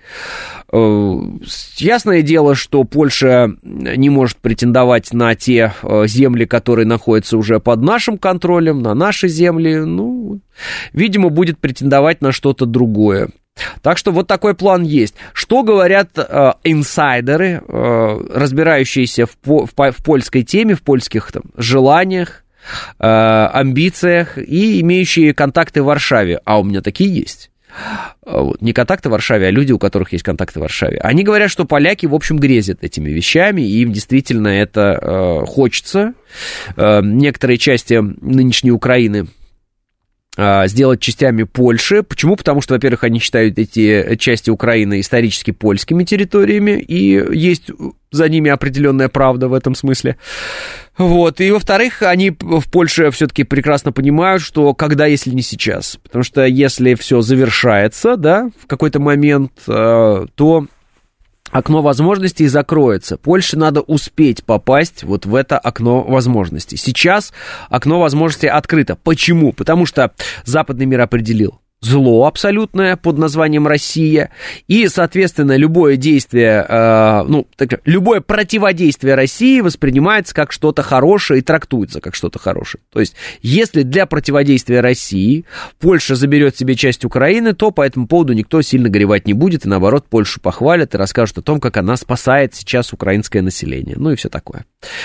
Ясное дело, что Польша не может претендовать на те земли, которые находятся уже под нашим контролем, на наши земли. Ну, видимо, будет претендовать на что-то другое. Так что вот такой план есть. Что говорят э, инсайдеры, э, разбирающиеся в, по, в, в польской теме, в польских там, желаниях, амбициях и имеющие контакты в Варшаве. А у меня такие есть. вот, не контакты в Варшаве, а люди, у которых есть контакты в Варшаве, они говорят, что поляки, в общем, грезят этими вещами, и им действительно это э, хочется. Э, некоторые части нынешней Украины сделать частями Польши. Почему? Потому что, во-первых, они считают эти части Украины исторически польскими территориями, и есть за ними определенная правда в этом смысле. Вот. И, во-вторых, они в Польше все-таки прекрасно понимают, что когда, если не сейчас. Потому что если все завершается, да, в какой-то момент, то окно возможностей закроется. Польше надо успеть попасть вот в это окно возможностей. Сейчас окно возможностей открыто. Почему? Потому что западный мир определил зло абсолютное под названием Россия, и, соответственно, любое действие, э, ну, так, любое противодействие России воспринимается как что-то хорошее и трактуется как что-то хорошее. То есть, если для противодействия России Польша заберет себе часть Украины, то по этому поводу никто сильно горевать не будет, и, наоборот, Польшу похвалят и расскажут о том, как она спасает сейчас украинское население, ну и все такое.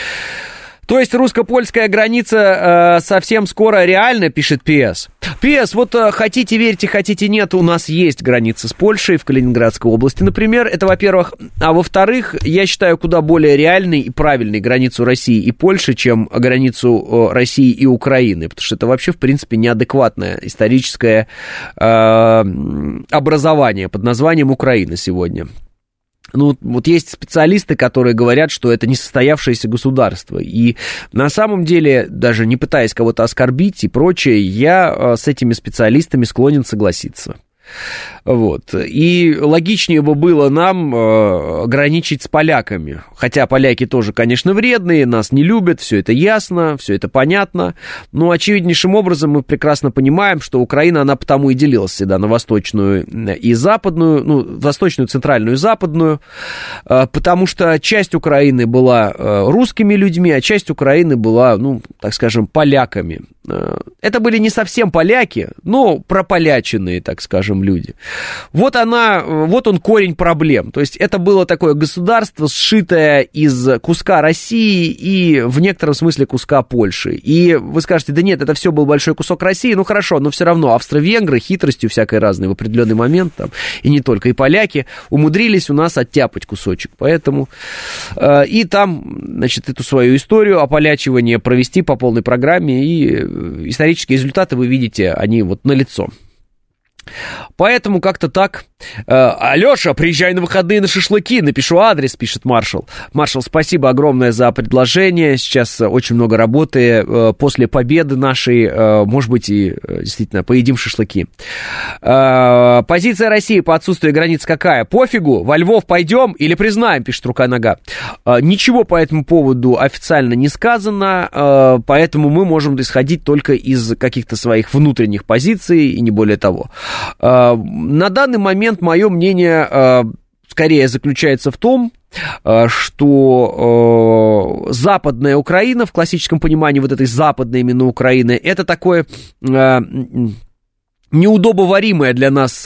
То есть русско-польская граница э, совсем скоро реально, пишет ПС. ПС, вот э, хотите верьте, хотите нет, у нас есть граница с Польшей в Калининградской области, например. Это, во-первых. А во-вторых, я считаю куда более реальной и правильной границу России и Польши, чем границу э, России и Украины. Потому что это вообще, в принципе, неадекватное историческое э, образование под названием Украина сегодня. Ну, вот есть специалисты, которые говорят, что это несостоявшееся государство. И на самом деле, даже не пытаясь кого-то оскорбить и прочее, я с этими специалистами склонен согласиться. Вот. И логичнее бы было нам э, граничить с поляками. Хотя поляки тоже, конечно, вредные, нас не любят, все это ясно, все это понятно. Но очевиднейшим образом мы прекрасно понимаем, что Украина, она потому и делилась всегда на восточную и западную, ну, восточную, центральную и западную, э, потому что часть Украины была э, русскими людьми, а часть Украины была, ну, так скажем, поляками. Э, это были не совсем поляки, но прополяченные, так скажем, люди. Вот она, вот он корень проблем. То есть это было такое государство, сшитое из куска России и в некотором смысле куска Польши. И вы скажете, да нет, это все был большой кусок России. Ну хорошо, но все равно австро-венгры хитростью всякой разной в определенный момент, там, и не только, и поляки, умудрились у нас оттяпать кусочек. Поэтому э, и там, значит, эту свою историю ополячивания провести по полной программе, и исторические результаты, вы видите, они вот налицо. Поэтому как-то так. Алеша, приезжай на выходные на шашлыки, напишу адрес, пишет Маршал. Маршал, спасибо огромное за предложение. Сейчас очень много работы. После победы нашей, может быть, и действительно поедим шашлыки. Позиция России по отсутствию границ какая? Пофигу, во Львов пойдем или признаем, пишет Рука-нога. Ничего по этому поводу официально не сказано, поэтому мы можем исходить только из каких-то своих внутренних позиций и не более того. На данный момент мое мнение скорее заключается в том, что западная Украина, в классическом понимании вот этой западной именно Украины, это такое неудобоваримое для нас,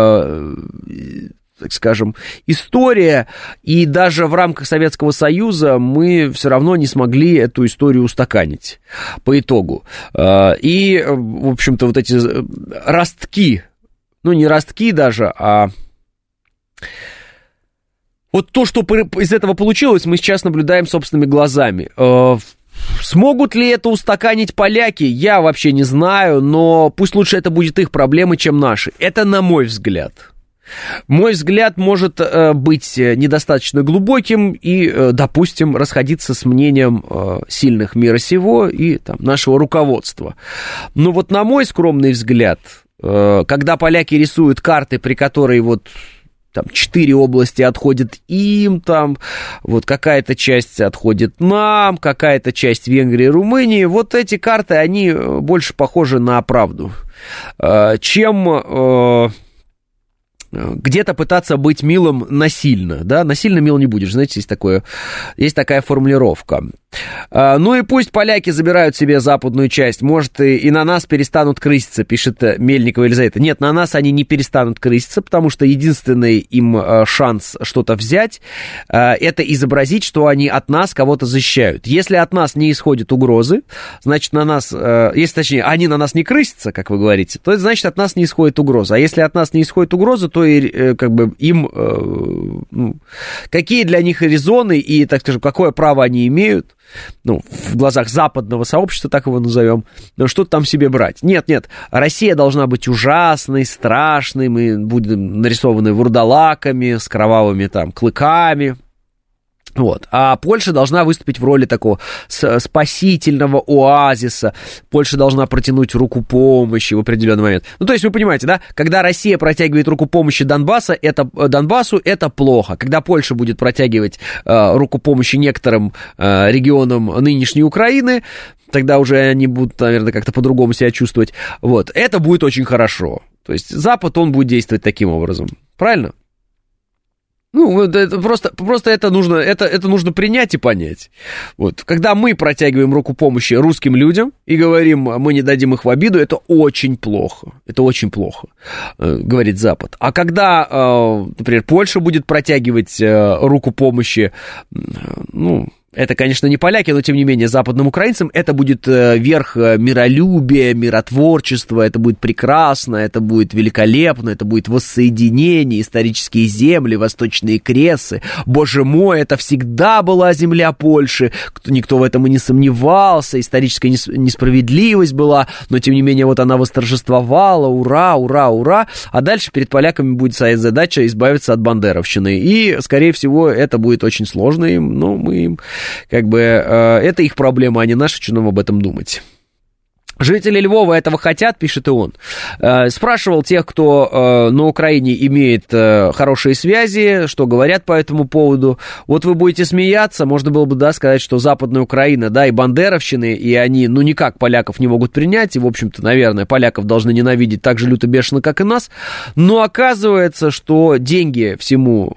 так скажем, история, и даже в рамках Советского Союза мы все равно не смогли эту историю устаканить по итогу. И, в общем-то, вот эти ростки, ну, не ростки даже, а вот то, что из этого получилось, мы сейчас наблюдаем собственными глазами. Смогут ли это устаканить поляки, я вообще не знаю, но пусть лучше это будет их проблемы, чем наши. Это на мой взгляд. Мой взгляд может э, быть недостаточно глубоким и, э, допустим, расходиться с мнением э, сильных мира сего и там, нашего руководства. Но вот на мой скромный взгляд, э, когда поляки рисуют карты, при которой вот там четыре области отходят им, там вот какая-то часть отходит нам, какая-то часть Венгрии и Румынии, вот эти карты, они больше похожи на правду, э, чем... Э, где-то пытаться быть милым насильно, да, насильно мил не будешь, знаете, есть такое, есть такая формулировка. Ну и пусть поляки забирают себе западную часть. Может, и, и на нас перестанут крыситься, пишет Мельникова Елизавета. Нет, на нас они не перестанут крыситься, потому что единственный им шанс что-то взять, это изобразить, что они от нас кого-то защищают. Если от нас не исходят угрозы, значит, на нас, если, точнее, они на нас не крысятся, как вы говорите, то это значит, от нас не исходит угроза. А если от нас не исходит угроза, то и, как бы, им, ну, какие для них резоны и, так скажем, какое право они имеют, ну, в глазах западного сообщества, так его назовем, что-то там себе брать. Нет, нет, Россия должна быть ужасной, страшной, мы будем нарисованы вурдалаками, с кровавыми там клыками. Вот. А Польша должна выступить в роли такого спасительного оазиса. Польша должна протянуть руку помощи в определенный момент. Ну, то есть, вы понимаете, да, когда Россия протягивает руку помощи Донбасса, это, Донбассу, это плохо. Когда Польша будет протягивать э, руку помощи некоторым э, регионам нынешней Украины, тогда уже они будут, наверное, как-то по-другому себя чувствовать. Вот. Это будет очень хорошо. То есть, Запад, он будет действовать таким образом. Правильно? Ну, это просто, просто это нужно, это, это нужно принять и понять. Вот. Когда мы протягиваем руку помощи русским людям и говорим, мы не дадим их в обиду, это очень плохо. Это очень плохо, говорит Запад. А когда, например, Польша будет протягивать руку помощи, ну... Это, конечно, не поляки, но, тем не менее, западным украинцам это будет верх миролюбия, миротворчества, это будет прекрасно, это будет великолепно, это будет воссоединение, исторические земли, восточные кресы. Боже мой, это всегда была земля Польши, никто в этом и не сомневался, историческая несправедливость была, но, тем не менее, вот она восторжествовала, ура, ура, ура, а дальше перед поляками будет стоять задача избавиться от бандеровщины, и, скорее всего, это будет очень сложно им, но мы им... Как бы э, это их проблема, а не наша, что нам об этом думать. Жители Львова этого хотят, пишет и он. Э, спрашивал тех, кто э, на Украине имеет э, хорошие связи, что говорят по этому поводу. Вот вы будете смеяться, можно было бы, да, сказать, что Западная Украина, да, и бандеровщины, и они, ну, никак поляков не могут принять, и, в общем-то, наверное, поляков должны ненавидеть так же люто бешено, как и нас. Но оказывается, что деньги всему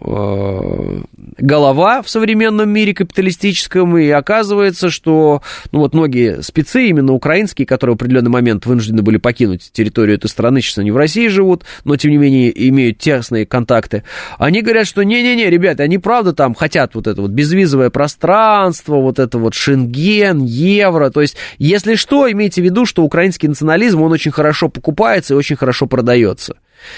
э, голова в современном мире капиталистическом, и оказывается, что, ну, вот многие спецы, именно украинские, которые в определенный момент вынуждены были покинуть территорию этой страны, сейчас они в России живут, но, тем не менее, имеют тесные контакты. Они говорят, что не-не-не, ребята, они правда там хотят вот это вот безвизовое пространство, вот это вот Шенген, евро, то есть, если что, имейте в виду, что украинский национализм, он очень хорошо покупается и очень хорошо продается.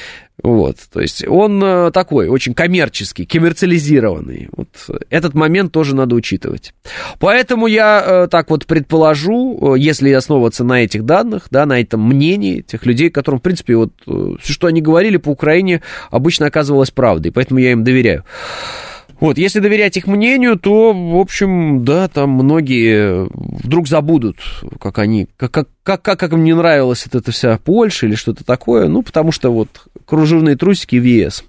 Вот, то есть он такой, очень коммерческий, коммерциализированный. Вот этот момент тоже надо учитывать. Поэтому я так вот предположу, если основываться на этих данных, да, на этом мнении тех людей, которым, в принципе, вот все, что они говорили по Украине, обычно оказывалось правдой, поэтому я им доверяю. Вот, если доверять их мнению, то, в общем, да, там многие вдруг забудут, как они, как, как, как, как им не нравилась эта вся Польша или что-то такое, ну, потому что вот кружевные трусики в ЕС.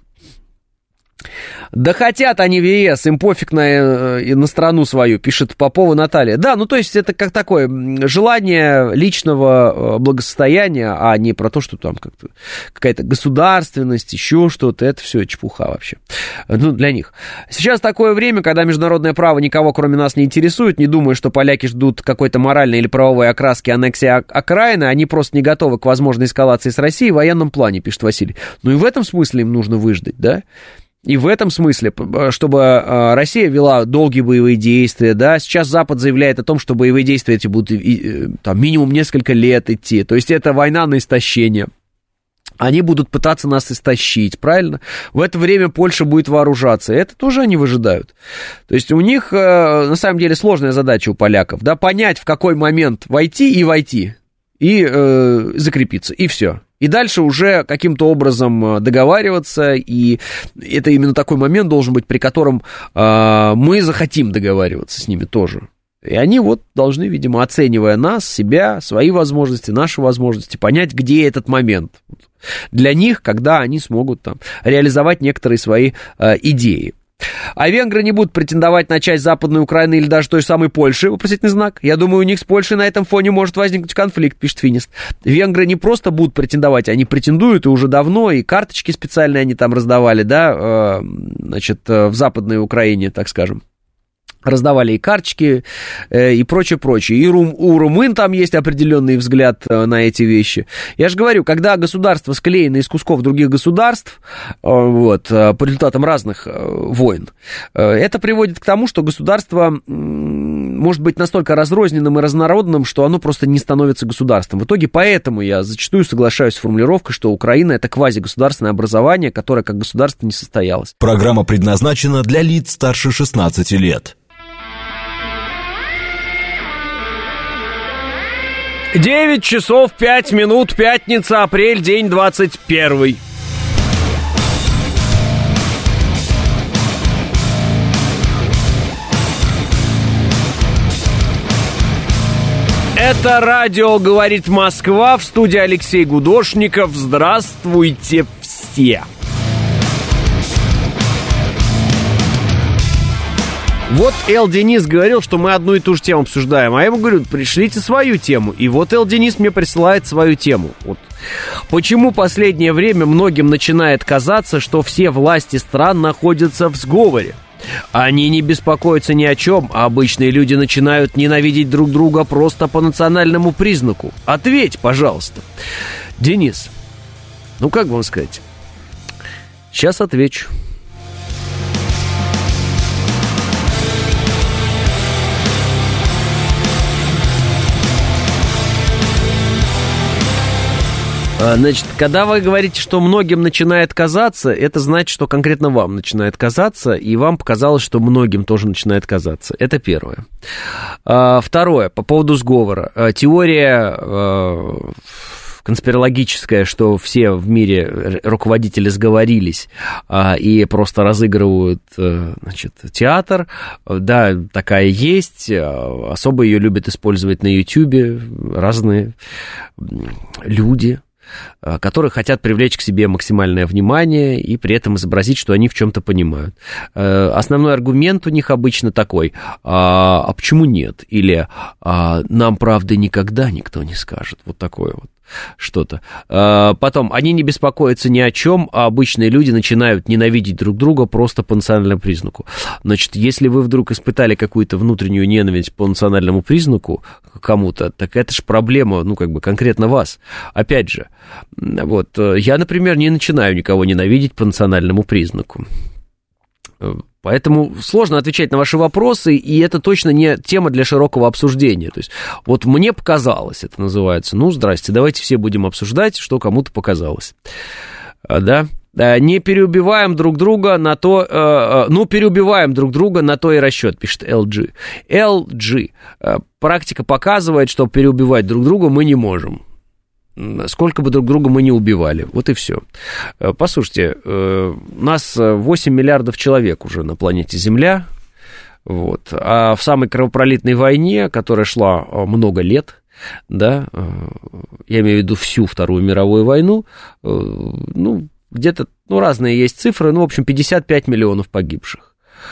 Да хотят они в ЕС, им пофиг на, на страну свою, пишет Попова Наталья. Да, ну то есть это как такое желание личного благосостояния, а не про то, что там как-то какая-то государственность, еще что-то, это все чепуха вообще, ну для них. Сейчас такое время, когда международное право никого кроме нас не интересует, не думаю, что поляки ждут какой-то моральной или правовой окраски аннексии окраины, они просто не готовы к возможной эскалации с Россией в военном плане, пишет Василий. Ну и в этом смысле им нужно выждать, да? И в этом смысле, чтобы Россия вела долгие боевые действия, да, сейчас Запад заявляет о том, что боевые действия эти будут там, минимум несколько лет идти, то есть это война на истощение. Они будут пытаться нас истощить, правильно? В это время Польша будет вооружаться, это тоже они выжидают. То есть у них, на самом деле, сложная задача у поляков, да, понять, в какой момент войти и войти, и э, закрепиться, и все. И дальше уже каким-то образом договариваться, и это именно такой момент должен быть, при котором э, мы захотим договариваться с ними тоже. И они вот должны, видимо, оценивая нас, себя, свои возможности, наши возможности, понять, где этот момент для них, когда они смогут там реализовать некоторые свои э, идеи. А венгры не будут претендовать на часть Западной Украины или даже той самой Польши, вопросительный знак. Я думаю, у них с Польшей на этом фоне может возникнуть конфликт, пишет Финист. Венгры не просто будут претендовать, они претендуют и уже давно, и карточки специальные они там раздавали, да, э, значит, в Западной Украине, так скажем. Раздавали и карточки, э, и прочее, прочее. И рум, у румын там есть определенный взгляд э, на эти вещи. Я же говорю, когда государство склеено из кусков других государств, э, вот, э, по результатам разных э, войн, э, это приводит к тому, что государство э, может быть настолько разрозненным и разнородным, что оно просто не становится государством. В итоге поэтому я зачастую соглашаюсь с формулировкой, что Украина — это квазигосударственное образование, которое как государство не состоялось. Программа предназначена для лиц старше шестнадцати лет. девять часов пять минут, пятница, апрель, день двадцать первый. Это радио «Говорит Москва», в студии Алексей Гудошников. Здравствуйте все! Вот Эл Денис говорил, что мы одну и ту же тему обсуждаем, а я ему говорю, пришлите свою тему. И вот Эл Денис мне присылает свою тему. Вот. Почему последнее время многим начинает казаться, что все власти стран находятся в сговоре? Они не беспокоятся ни о чем, а обычные люди начинают ненавидеть друг друга просто по национальному признаку. Ответь, пожалуйста. Денис, ну как вам сказать? Сейчас отвечу. Значит, когда вы говорите, что многим начинает казаться, это значит, что конкретно вам начинает казаться, и вам показалось, что многим тоже начинает казаться. Это первое. Второе, по поводу сговора. Теория конспирологическая, что все в мире руководители сговорились и просто разыгрывают, значит, театр, да, такая есть, особо ее любят использовать на Ютьюбе разные люди, которые хотят привлечь к себе максимальное внимание и при этом изобразить, что они в чем-то понимают. Основной аргумент у них обычно такой: а, а почему нет? Или а, нам правды никогда никто не скажет. Вот такое вот что-то. Потом, они не беспокоятся ни о чем, а обычные люди начинают ненавидеть друг друга просто по национальному признаку. Значит, если вы вдруг испытали какую-то внутреннюю ненависть по национальному признаку к кому-то, так это же проблема, ну, как бы, конкретно вас. Опять же, вот, я, например, не начинаю никого ненавидеть по национальному признаку. Поэтому сложно отвечать на ваши вопросы, и это точно не тема для широкого обсуждения. То есть, вот мне показалось, это называется, ну, здрасте, давайте все будем обсуждать, что кому-то показалось. Да? Не переубиваем друг друга на то, ну, переубиваем друг друга на то и расчет, пишет эл джи. эл джи. Практика показывает, что переубивать друг друга мы не можем. Сколько бы друг друга мы не убивали. Вот и все. Послушайте, у нас восемь миллиардов человек уже на планете Земля. Вот. А в самой кровопролитной войне, которая шла много лет, да, я имею в виду всю Вторую мировую войну, ну, где-то, ну, разные есть цифры, ну, в общем, пятьдесят пять миллионов погибших.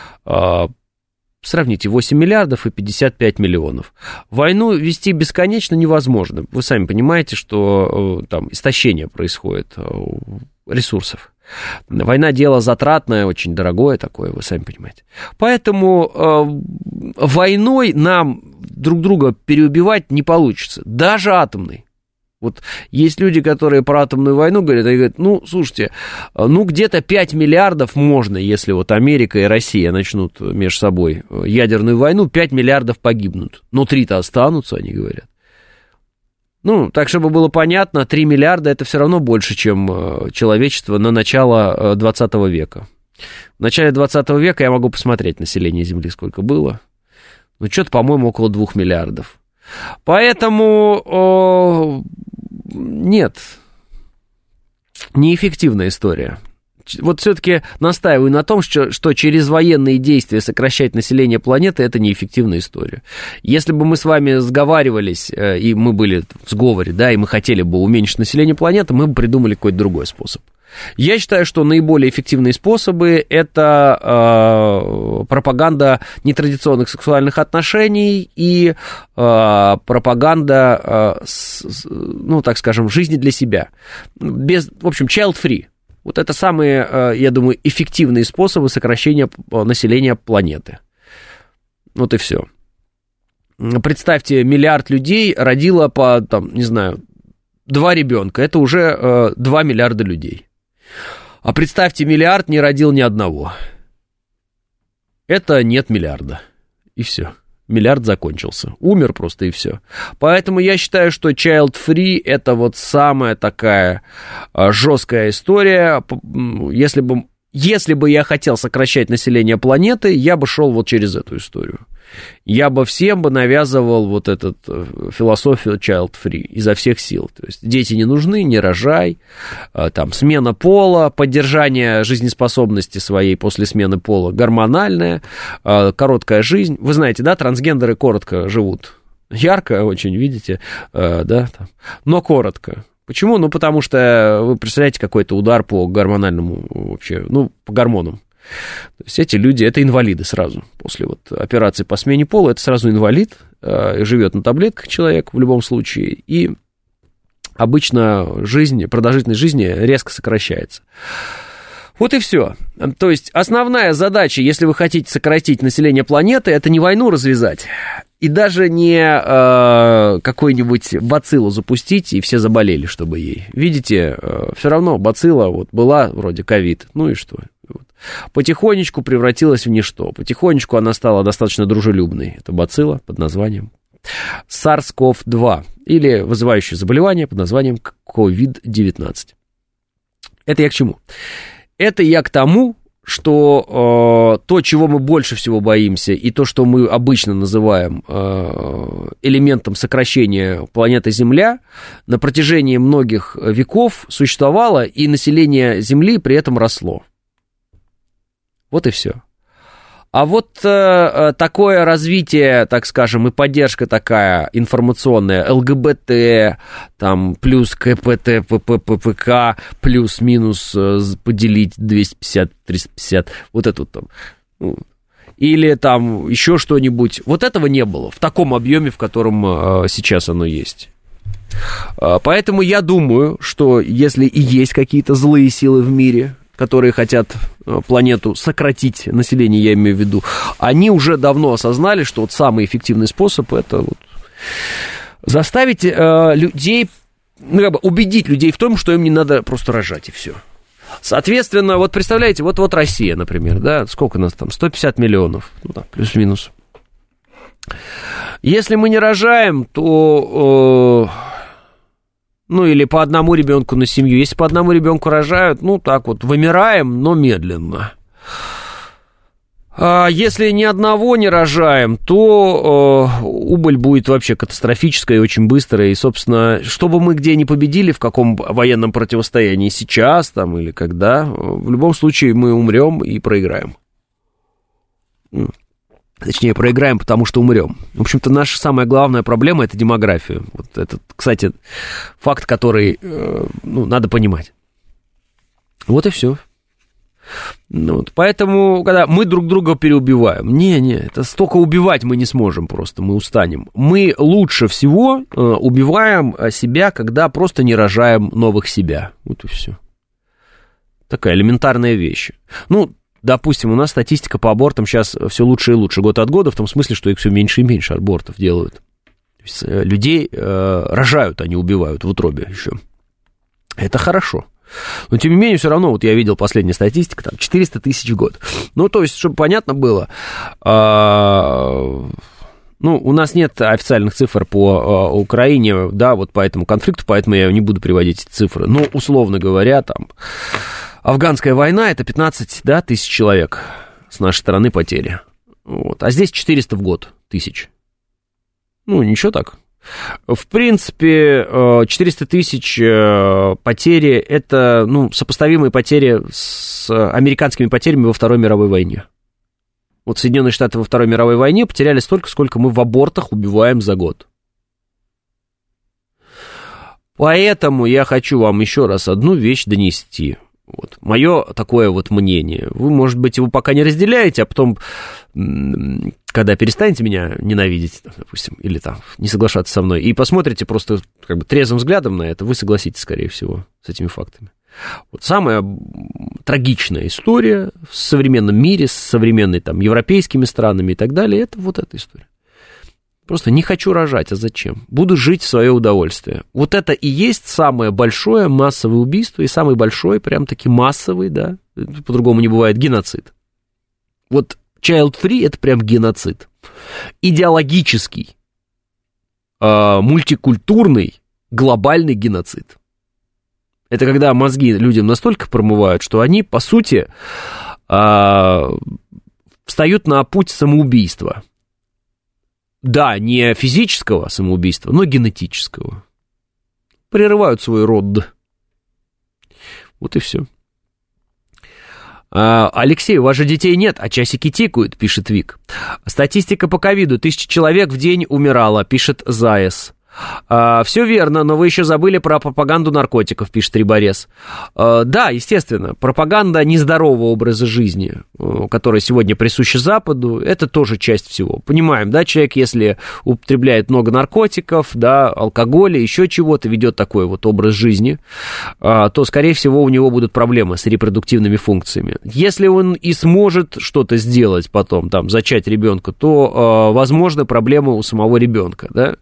Сравните восемь миллиардов и пятьдесят пять миллионов. Войну вести бесконечно невозможно. Вы сами понимаете, что там истощение происходит ресурсов. Война — дело затратное, очень дорогое такое, вы сами понимаете. Поэтому э, войной нам друг друга переубивать не получится, даже атомной. Вот есть люди, которые про атомную войну говорят, они говорят, ну, слушайте, ну, где-то пять миллиардов можно, если вот Америка и Россия начнут между собой ядерную войну, пять миллиардов погибнут, но три-то останутся, они говорят. Ну, так, чтобы было понятно, три миллиарда — это все равно больше, чем человечество на начало двадцатого века. В начале двадцатого века я могу посмотреть население Земли, сколько было. Ну, что-то, по-моему, около двух миллиардов. Поэтому о, нет, неэффективная история. Вот все-таки настаиваю на том, что, что через военные действия сокращать население планеты — это неэффективная история. Если бы мы с вами сговаривались, и мы были в сговоре, да, и мы хотели бы уменьшить население планеты, мы бы придумали какой-то другой способ. Я считаю, что наиболее эффективные способы — это э, пропаганда нетрадиционных сексуальных отношений и э, пропаганда, э, с, ну, так скажем, жизни для себя. Без, в общем, child-free. Вот это самые, я думаю, эффективные способы сокращения населения планеты. Вот и все. Представьте, миллиард людей родило по, там, не знаю, два ребенка. Это уже э, два миллиарда людей. А представьте, миллиард не родил ни одного. Это нет миллиарда. И все. Миллиард закончился. Умер просто, и все. Поэтому я считаю, что child-free это вот самая такая э, жесткая история. Если бы, если бы я хотел сокращать население планеты, я бы шел вот через эту историю. Я бы всем бы навязывал вот эту философию child-free изо всех сил. То есть дети не нужны, не рожай, там, смена пола, поддержание жизнеспособности своей после смены пола гормональная, короткая жизнь. Вы знаете, да, трансгендеры коротко живут. Ярко очень, видите, да, там, но коротко. Почему? Ну, потому что вы представляете какой-то удар по гормональному вообще, ну, по гормонам. То есть эти люди, это инвалиды сразу. После вот операции по смене пола, это сразу инвалид, э, живет на таблетках человек в любом случае, и обычно жизнь, продолжительность жизни резко сокращается. Вот и все. То есть основная задача, если вы хотите сократить население планеты, это не войну развязать, и даже не э, какую-нибудь бациллу запустить, и все заболели, чтобы ей. Видите, э, все равно бацилла вот была вроде ковид, ну и что? Вот. Потихонечку превратилась в ничто. Потихонечку она стала достаточно дружелюбной. Это бацилла под названием сарс ков два, или вызывающее заболевание под названием ковид девятнадцать. Это я к чему? Это я к тому, что э, то, чего мы больше всего боимся, и то, что мы обычно называем э, элементом сокращения планеты Земля, на протяжении многих веков существовало, и население Земли при этом росло. Вот и все. А вот э, такое развитие, так скажем, и поддержка такая информационная, ЛГБТ, там, плюс КПТ, ПППК, плюс-минус э, поделить двести пятьдесят, триста пятьдесят, вот это вот там, ну, или там еще что-нибудь, вот этого не было в таком объеме, в котором э, сейчас оно есть. Э, поэтому я думаю, что если и есть какие-то злые силы в мире, которые хотят планету сократить, население я имею в виду, они уже давно осознали, что вот самый эффективный способ это вот заставить э, людей, ну, как бы убедить людей в том, что им не надо просто рожать, и все. Соответственно, вот представляете, вот, вот Россия, например, да, сколько у нас там, сто пятьдесят миллионов, ну да, плюс-минус. Если мы не рожаем, то... Э, ну, или по одному ребенку на семью. Если по одному ребенку рожают, ну, так вот, вымираем, но медленно. А если ни одного не рожаем, то э, убыль будет вообще катастрофическая и очень быстрая. И, собственно, что бы мы где ни победили, в каком военном противостоянии, сейчас там или когда, в любом случае мы умрем и проиграем. Точнее, проиграем, потому что умрем. В общем-то, наша самая главная проблема – это демография. Вот это, кстати, факт, который, э, ну, надо понимать. Вот и все. Ну, вот, поэтому, когда мы друг друга переубиваем, не-не, это столько убивать мы не сможем просто, мы устанем. Мы лучше всего э, убиваем себя, когда просто не рожаем новых себя. Вот и все. Такая элементарная вещь. Ну, допустим, у нас статистика по абортам сейчас все лучше и лучше, год от года, в том смысле, что их все меньше и меньше абортов делают. То есть людей э, рожают, а не убивают в утробе еще. Это хорошо. Но, тем не менее, все равно, вот я видел последняя статистика, там, четыреста тысяч в год. Ну, то есть, чтобы понятно было, э, ну, у нас нет официальных цифр по э, Украине, да, вот по этому конфликту, поэтому я не буду приводить эти цифры. Но, условно говоря, там... Афганская война – это пятнадцать, да, тысяч человек с нашей стороны потери. Вот. А здесь четыреста в год тысяч. Ну, ничего так. В принципе, четыреста тысяч потери – это, ну, сопоставимые потери с американскими потерями во Второй мировой войне. Вот Соединенные Штаты во Второй мировой войне потеряли столько, сколько мы в абортах убиваем за год. Поэтому я хочу вам еще раз одну вещь донести. Вот. Мое такое вот мнение. Вы, может быть, его пока не разделяете, а потом, когда перестанете меня ненавидеть, допустим, или там не соглашаться со мной, и посмотрите просто как бы трезвым взглядом на это, вы согласитесь, скорее всего, с этими фактами. Вот самая трагичная история в современном мире, с современными там европейскими странами и так далее, это вот эта история. Просто не хочу рожать, а зачем? Буду жить в свое удовольствие. Вот это и есть самое большое массовое убийство и самый большой, прям-таки массовый, да, по-другому не бывает, геноцид. Вот child-free – это прям геноцид. Идеологический, э, мультикультурный, глобальный геноцид. Это когда мозги людям настолько промывают, что они, по сути, э, встают на путь самоубийства. Да, не физического самоубийства, но генетического. Прерывают свой род. Вот и все. Алексей, у вас же детей нет, а часики тикают, пишет Вик. Статистика по ковиду. Тысяча человек в день умирало, пишет Заяс. А, все верно, но вы еще забыли про пропаганду наркотиков, пишет Риборез. А, да, естественно, пропаганда нездорового образа жизни, которая сегодня присуща Западу, это тоже часть всего. Понимаем, да, человек, если употребляет много наркотиков, да, алкоголя, еще чего-то, ведет такой вот образ жизни, а, то, скорее всего, у него будут проблемы с репродуктивными функциями. Если он и сможет что-то сделать потом, там, зачать ребенка, то, а, возможно, проблемы у самого ребенка, да.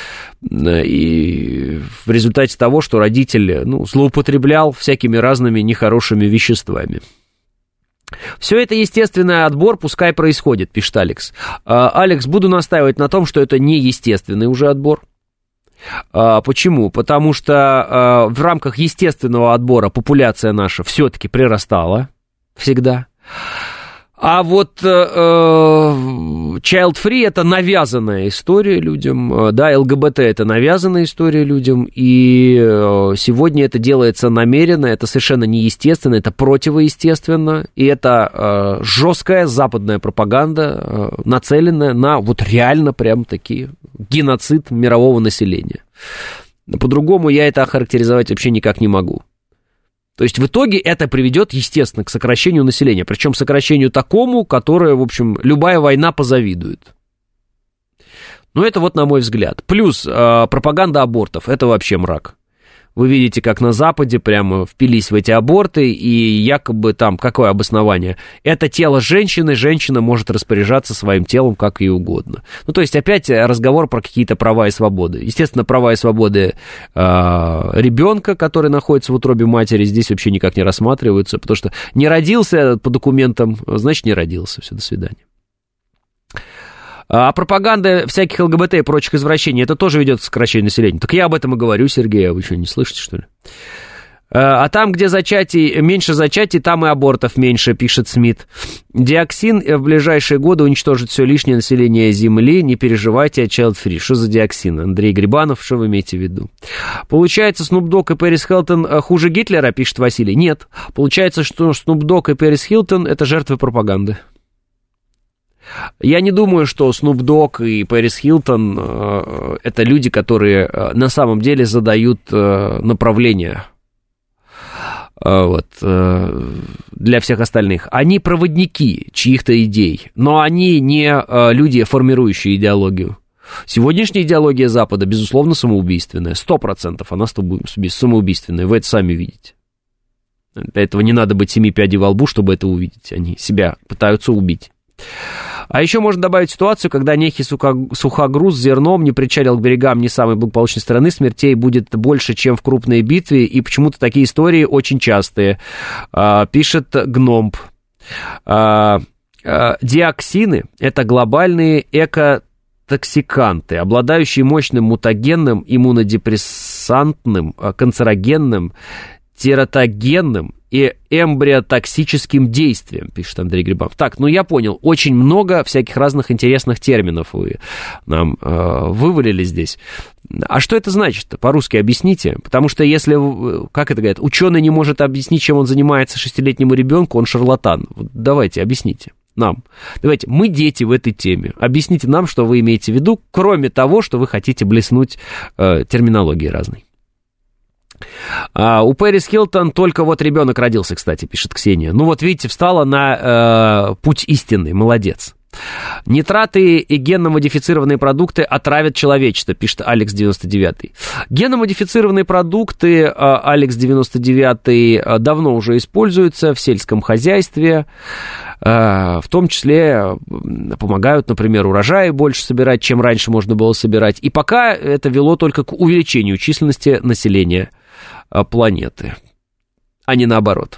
И в результате того, что родитель, ну, злоупотреблял всякими разными нехорошими веществами. Все это естественный отбор, пускай происходит, пишет Алекс. Алекс, буду настаивать на том, что это не естественный уже отбор. Почему? Потому что в рамках естественного отбора популяция наша все-таки прирастала всегда. А вот э, child-free – это навязанная история людям, да, ЛГБТ – это навязанная история людям, и сегодня это делается намеренно, это совершенно неестественно, это противоестественно, и это э, жесткая западная пропаганда, э, нацеленная на вот реально прям такие геноцид мирового населения. По-другому я это охарактеризовать вообще никак не могу. То есть в итоге это приведет, естественно, к сокращению населения, причем сокращению такому, которое, в общем, любая война позавидует. Ну, это вот на мой взгляд. Плюс э, пропаганда абортов, это вообще мрак. Вы видите, как на Западе прямо впились в эти аборты, и якобы там какое обоснование? Это тело женщины, женщина может распоряжаться своим телом как ей угодно. Ну, то есть опять разговор про какие-то права и свободы. Естественно, права и свободы э, ребенка, который находится в утробе матери, здесь вообще никак не рассматриваются, потому что не родился по документам, значит, не родился. Все, до свидания. А пропаганда всяких ЛГБТ и прочих извращений, это тоже ведет к сокращению населения. Так я об этом и говорю, Сергей, а вы что, не слышите, что ли? А там, где зачатий, меньше зачатий, там и абортов меньше, пишет Смит. Диоксин в ближайшие годы уничтожит все лишнее население Земли, не переживайте, child-free. Что за диоксин? Андрей Грибанов, что вы имеете в виду? Получается, Snoop Dogg и Пэрис Хилтон хуже Гитлера, пишет Василий? Нет. Получается, что Snoop Dogg и Пэрис Хилтон это жертвы пропаганды. Я не думаю, что Snoop Dogg и Пэрис Хилтон э, это люди, которые э, на самом деле задают э, направление э, вот, э, для всех остальных. Они проводники чьих-то идей, но они не э, люди, формирующие идеологию. Сегодняшняя идеология Запада, безусловно, самоубийственная. Сто процентов она самоубийственная, вы это сами видите. Для этого не надо быть семи пядей во лбу, чтобы это увидеть. Они себя пытаются убить. А еще можно добавить ситуацию, когда некий сухогруз с зерном не причалил к берегам не самой благополучной страны, смертей будет больше, чем в крупной битве, и почему-то такие истории очень частые, а, пишет Гномб. А, а, диоксины – это глобальные экотоксиканты, обладающие мощным мутагенным, иммунодепрессантным, канцерогенным, тератогенным и эмбриотоксическим действием, пишет Андрей Грибанов. Так, ну я понял, очень много всяких разных интересных терминов вы нам э, вывалили здесь. А что это значит-то? По-русски объясните. Потому что если, как это говорят, ученый не может объяснить, чем он занимается шестилетнему ребенку, он шарлатан. Давайте, объясните нам. Давайте, мы дети в этой теме. Объясните нам, что вы имеете в виду, кроме того, что вы хотите блеснуть э, терминологией разной. А, у Пэрис Хилтон только вот ребенок родился, кстати, пишет Ксения. Ну вот видите, встала на э, путь истинный, молодец. Нитраты и генно-модифицированные продукты отравят человечество, пишет Алекс девяносто девятый. Генно-модифицированные продукты, Алекс девяносто девятый, давно уже используются в сельском хозяйстве, в том числе помогают, например, урожаи больше собирать, чем раньше можно было собирать. И пока это вело только к увеличению численности населения планеты, а не наоборот.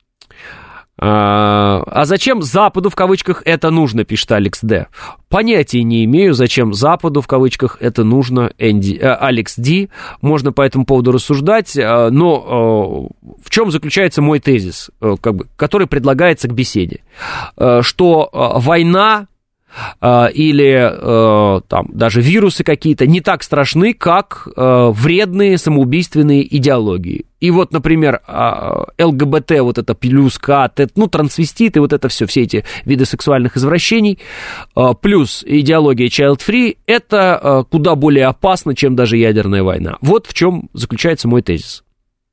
А зачем Западу, в кавычках, это нужно, пишет Алекс Д. Понятия не имею, зачем Западу, в кавычках, это нужно, Энди, э, Алекс Ди. Можно по этому поводу рассуждать, но э, в чем заключается мой тезис, э, как бы, который предлагается к беседе? Э, что э, война э, или э, там, даже вирусы какие-то не так страшны, как э, вредные самоубийственные идеологии. И вот, например, ЛГБТ, вот это плюс К, ну, трансвеститы, вот это все, все эти виды сексуальных извращений, плюс идеология child-free, это куда более опасно, чем даже ядерная война. Вот в чем заключается мой тезис.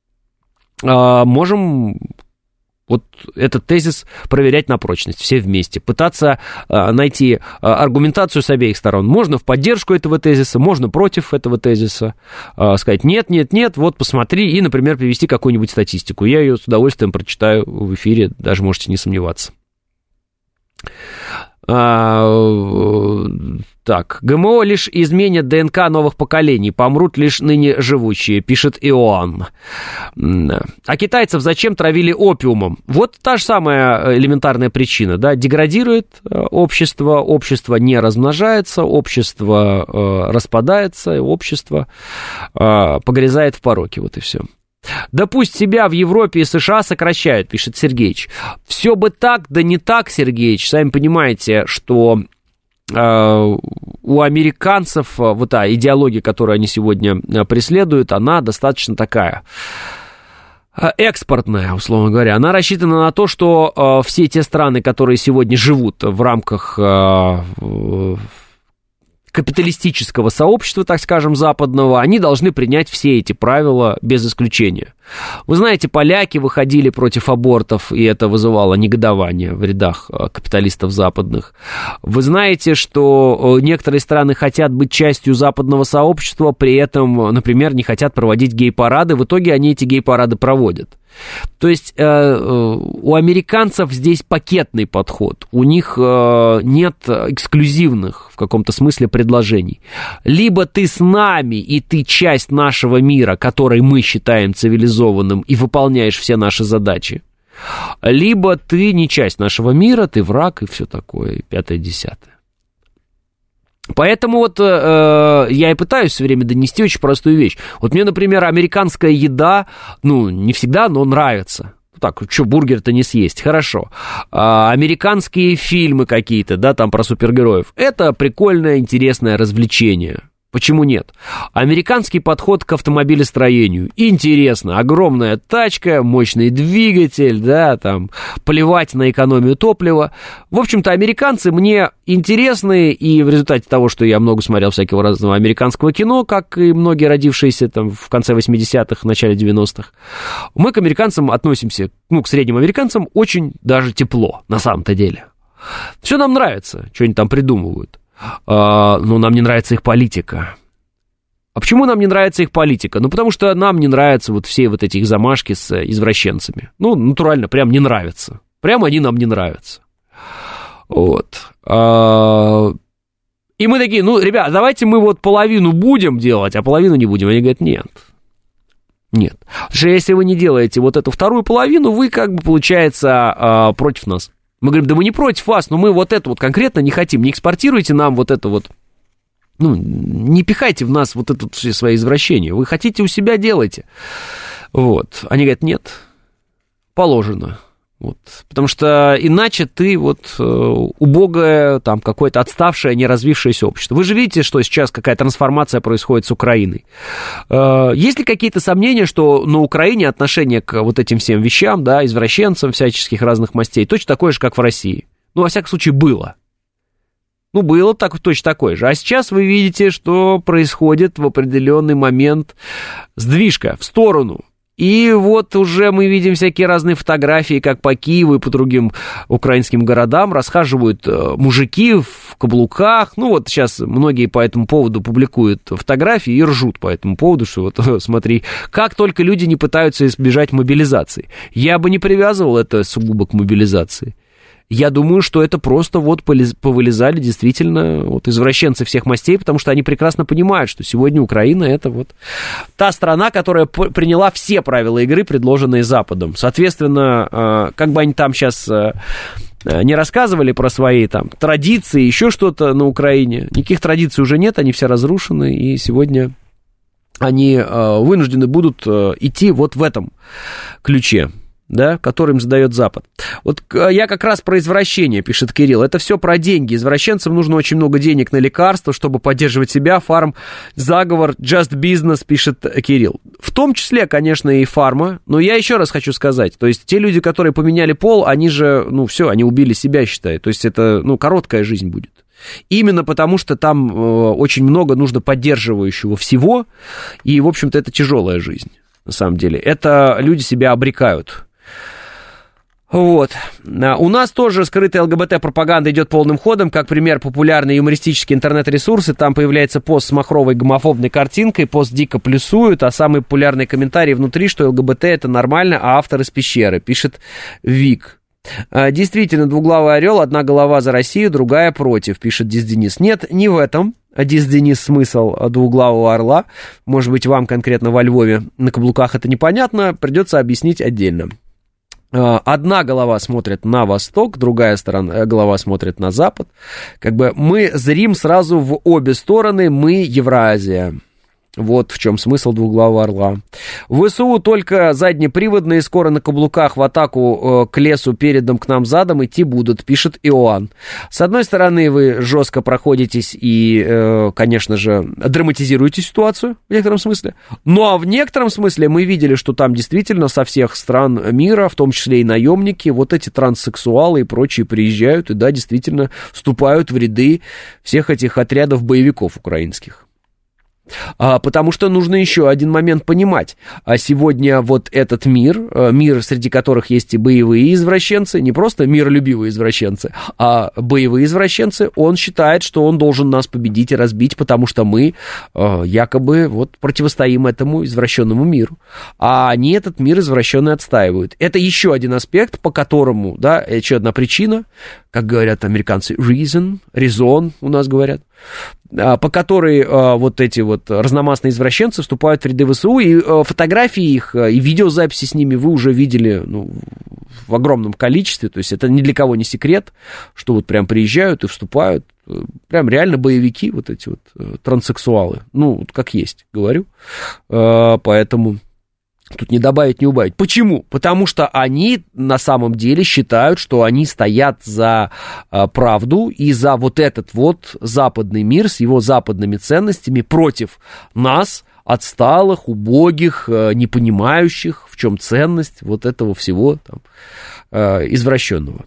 Можем вот этот тезис проверять на прочность все вместе, пытаться а, найти а, аргументацию с обеих сторон. Можно в поддержку этого тезиса, можно против этого тезиса, а, сказать нет, нет, нет, вот посмотри, и, например, привести какую-нибудь статистику. Я ее с удовольствием прочитаю в эфире, даже можете не сомневаться. А, так, ГМО лишь изменят ДНК новых поколений, помрут лишь ныне живущие, пишет Иоанн. А китайцев зачем травили опиумом? Вот та же самая элементарная причина, да, деградирует общество, общество не размножается, общество э, распадается, общество э, погрязает в пороке, вот и все. Да пусть себя в Европе и США сокращают, пишет Сергеич. Все бы так, да не так, Сергеич. Сами понимаете, что э, у американцев вот та идеология, которую они сегодня преследуют, она достаточно такая экспортная, условно говоря. Она рассчитана на то, что э, все те страны, которые сегодня живут в рамках э, капиталистического сообщества, так скажем, западного, они должны принять все эти правила без исключения. Вы знаете, поляки выходили против абортов, и это вызывало негодование в рядах капиталистов западных. Вы знаете, что некоторые страны хотят быть частью западного сообщества, при этом, например, не хотят проводить гей-парады, в итоге они эти гей-парады проводят. То есть э, у американцев здесь пакетный подход, у них э, нет эксклюзивных в каком-то смысле предложений. Либо ты с нами, и ты часть нашего мира, который мы считаем цивилизованным, и выполняешь все наши задачи, либо ты не часть нашего мира, ты враг, и все такое, и пятое-десятое. Поэтому вот э, я и пытаюсь все время донести очень простую вещь. Вот мне, например, американская еда, ну, не всегда, но нравится. Так, что, бургер-то не съесть, хорошо. А, американские фильмы какие-то, да, там про супергероев. Это прикольное, интересное развлечение. Почему нет? Американский подход к автомобилестроению. Интересно, огромная тачка, мощный двигатель, да, там, плевать на экономию топлива. В общем-то, американцы мне интересны, и в результате того, что я много смотрел всякого разного американского кино, как и многие родившиеся там в конце восьмидесятых, в начале девяностых, мы к американцам относимся, ну, к средним американцам очень даже тепло, на самом-то деле. Все нам нравится, что они там придумывают. Uh, но нам не нравится их политика. А почему нам не нравится их политика? Ну, потому что нам не нравятся вот все вот эти их замашки с извращенцами. Ну, натурально, прям не нравятся. Прям они нам не нравятся. Вот. Uh, и мы такие, ну, ребят, давайте мы вот половину будем делать, а половину не будем. Они говорят, нет. Нет. Потому что если вы не делаете вот эту вторую половину, вы как бы, получается, uh, против нас. Мы говорим, да мы не против вас, но мы вот это вот конкретно не хотим. Не экспортируйте нам вот это вот, ну, не пихайте в нас вот это вот все свои извращения. Вы хотите у себя, делайте. Вот. Они говорят, нет, положено. Вот. Потому что иначе ты вот э, убогое, там, какое-то отставшее, не развившееся общество. Вы же видите, что сейчас какая трансформация происходит с Украиной. Э, есть ли какие-то сомнения, что на Украине отношение к вот этим всем вещам, да, извращенцам всяческих разных мастей, точно такое же, как в России? Ну, во всяком случае, было. Ну, было так, точно такое же. А сейчас вы видите, что происходит в определенный момент сдвижка в сторону. И вот уже мы видим всякие разные фотографии, как по Киеву и по другим украинским городам расхаживают мужики в каблуках. Ну вот сейчас многие по этому поводу публикуют фотографии и ржут по этому поводу, что вот смотри, как только люди не пытаются избежать мобилизации. Я бы не привязывал это сугубо к мобилизации. Я думаю, что это просто вот повылезали действительно вот извращенцы всех мастей, потому что они прекрасно понимают, что сегодня Украина — это вот та страна, которая приняла все правила игры, предложенные Западом. Соответственно, как бы они там сейчас не рассказывали про свои там традиции, еще что-то на Украине, никаких традиций уже нет, они все разрушены, и сегодня они вынуждены будут идти вот в этом ключе, да, который им задает Запад. Вот я как раз про извращение, пишет Кирилл. Это все про деньги. Извращенцам нужно очень много денег на лекарства, чтобы поддерживать себя. Фарм, заговор, just business, пишет Кирилл. В том числе, конечно, и фарма. Но я еще раз хочу сказать, то есть те люди, которые поменяли пол, они же, ну, все, они убили себя, считай. То есть это, ну, короткая жизнь будет. Именно потому, что там э, очень много нужно поддерживающего всего, и, в общем-то, это тяжелая жизнь, на самом деле. Это люди себя обрекают. Вот. У нас тоже скрытая ЛГБТ-пропаганда идет полным ходом. Как пример, популярные юмористические интернет-ресурсы. Там появляется пост с махровой гомофобной картинкой, пост дико плюсуют, а самые популярные комментарии внутри, что ЛГБТ это нормально, а автор из пещеры, пишет Вик. Действительно, двуглавый орел, одна голова за Россию, другая против, пишет Дис Денис. Нет, не в этом. Дис Денис смысл двуглавого орла. Может быть, вам конкретно во Львове на каблуках это непонятно, придется объяснить отдельно. Одна голова смотрит на восток, другая сторона, голова смотрит на запад. Как бы мы зрим сразу в обе стороны, мы Евразия. Вот в чем смысл двуглавого орла. ВСУ только заднеприводные, скоро на каблуках в атаку э, к лесу передом к нам задом идти будут, пишет Иоанн. С одной стороны, вы жестко проходитесь и, э, конечно же, драматизируете ситуацию в некотором смысле. Ну а в некотором смысле мы видели, что там действительно со всех стран мира, в том числе и наемники, вот эти транссексуалы и прочие приезжают и, да, действительно вступают в ряды всех этих отрядов боевиков украинских. А, потому что нужно еще один момент понимать. А сегодня вот этот мир, мир, среди которых есть и боевые извращенцы, не просто миролюбивые извращенцы, а боевые извращенцы, он считает, что он должен нас победить и разбить, потому что мы э, якобы вот противостоим этому извращенному миру. А они этот мир извращенный отстаивают. Это еще один аспект, по которому, да, еще одна причина, как говорят американцы, reason, резон у нас говорят, по которой а, вот эти вот разномастные извращенцы вступают в ряды ВСУ, и а, фотографии их, и видеозаписи с ними вы уже видели, ну, в огромном количестве, то есть это ни для кого не секрет, что вот прям приезжают и вступают, прям реально боевики, вот эти вот транссексуалы, ну, вот как есть, говорю, а, поэтому... Тут не добавить, не убавить. Почему? Потому что они на самом деле считают, что они стоят за а, правду и за вот этот вот западный мир с его западными ценностями против нас, отсталых, убогих, а, не понимающих, в чем ценность вот этого всего там, а, извращенного.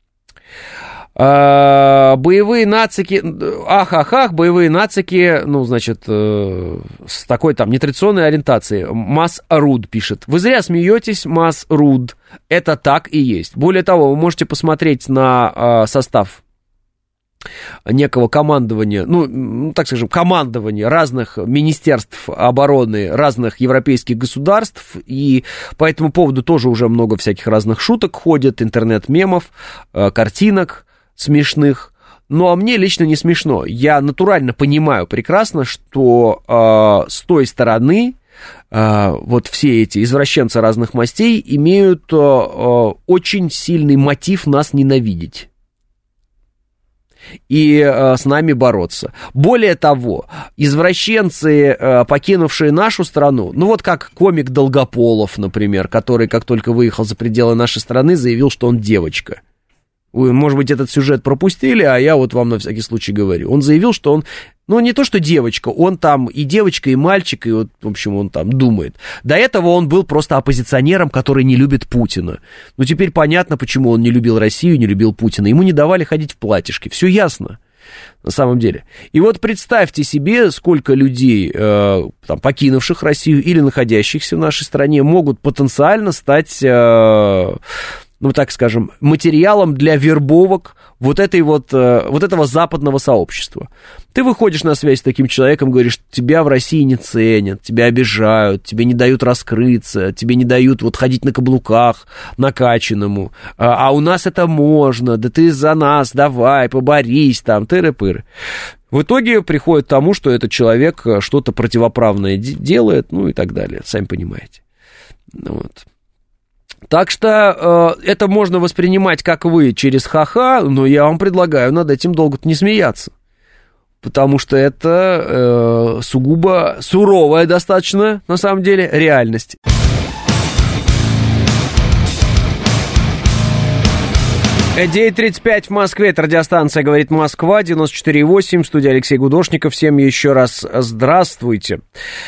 А, боевые нацики, ах-ах-ах, боевые нацики, ну, значит, э, с такой там нетрадиционной ориентацией. Масруд пишет. Вы зря смеетесь, Масруд. Это так и есть. Более того, вы можете посмотреть на э, состав некого командования, ну, так скажем, командования разных министерств обороны разных европейских государств, и по этому поводу тоже уже много всяких разных шуток ходит, интернет-мемов, э, картинок смешных. Ну, а мне лично не смешно. Я натурально понимаю прекрасно, что э, с той стороны э, вот все эти извращенцы разных мастей имеют э, э, очень сильный мотив нас ненавидеть и э, с нами бороться. Более того, извращенцы, э, покинувшие нашу страну, ну вот как комик Долгополов, например, который, как только выехал за пределы нашей страны, заявил, что он девочка. Вы, может быть, этот сюжет пропустили, а я вот вам на всякий случай говорю. Он заявил, что он, ну, не то, что девочка, он там и девочка, и мальчик, и вот, в общем, он там думает. До этого он был просто оппозиционером, который не любит Путина. Ну, теперь понятно, почему он не любил Россию, не любил Путина. Ему не давали ходить в платьишке, все ясно. на самом деле. И вот представьте себе, сколько людей, э, там, покинувших Россию или находящихся в нашей стране, могут потенциально стать, э, ну, так скажем, материалом для вербовок вот, этой вот, э, вот этого западного сообщества. Ты выходишь на связь с таким человеком, говоришь, тебя в России не ценят, тебя обижают, тебе не дают раскрыться, тебе не дают вот ходить на каблуках накачанному, а, а у нас это можно, да ты за нас, давай, поборись там, тыры-пыры. В итоге приходит к тому, что этот человек что-то противоправное делает, ну и так далее, сами понимаете. Вот. Так что э, это можно воспринимать, как вы, через ха-ха, но я вам предлагаю над этим долго-то не смеяться. Потому что это э, сугубо суровая достаточно, на самом деле, реальность. девять тридцать пять в Москве, это радиостанция «Говорит Москва», девяносто четыре и восемь, студия Алексей Гудошников. Всем еще раз здравствуйте.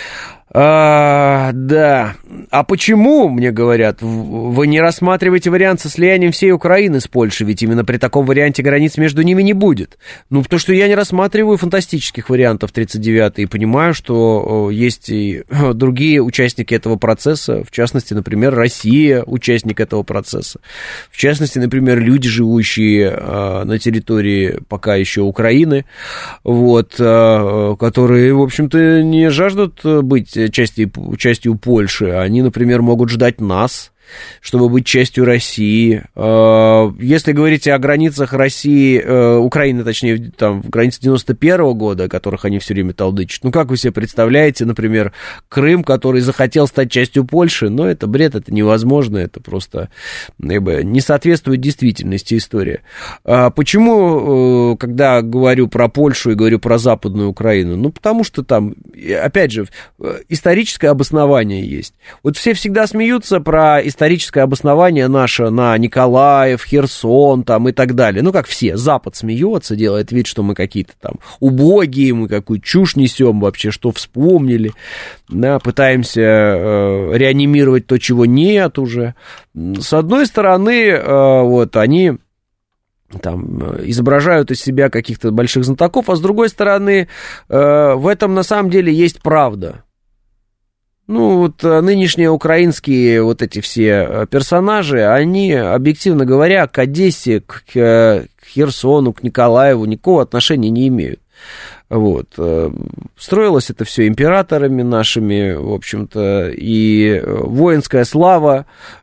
А, да. А почему, мне говорят, вы не рассматриваете вариант со слиянием всей Украины с Польшей, ведь именно при таком варианте границ между ними не будет? Ну, потому что я не рассматриваю фантастических вариантов тридцать девятый и понимаю, что есть и другие участники этого процесса, в частности, например, Россия участник этого процесса, в частности, например, люди, живущие на территории пока еще Украины, вот, которые, в общем-то, не жаждут быть частью, частью Польши, они, например, могут ждать нас, чтобы быть частью России. Если говорить о границах России, Украины, точнее, там, в границе девяносто первого года, о которых они все время толдычат, ну, как вы себе представляете, например, Крым, который захотел стать частью Польши, ну, это бред, это невозможно, это просто как бы, не соответствует действительности история. Почему, когда говорю про Польшу и говорю про Западную Украину? Ну, потому что там, опять же, историческое обоснование есть. Вот все всегда смеются про историческое обоснование наше на Николаев, Херсон там и так далее. Ну, как все. Запад смеется, делает вид, что мы какие-то там убогие, мы какую чушь несем вообще, что вспомнили. Да, пытаемся э, реанимировать то, чего нет уже. С одной стороны, э, вот они там изображают из себя каких-то больших знатоков, а с другой стороны, э, в этом на самом деле есть правда. Ну, вот нынешние украинские вот эти все персонажи, они, объективно говоря, к Одессе, к, к Херсону, к Николаеву никакого отношения не имеют. Вот. Строилось это все императорами нашими, в общем-то, и воинская слава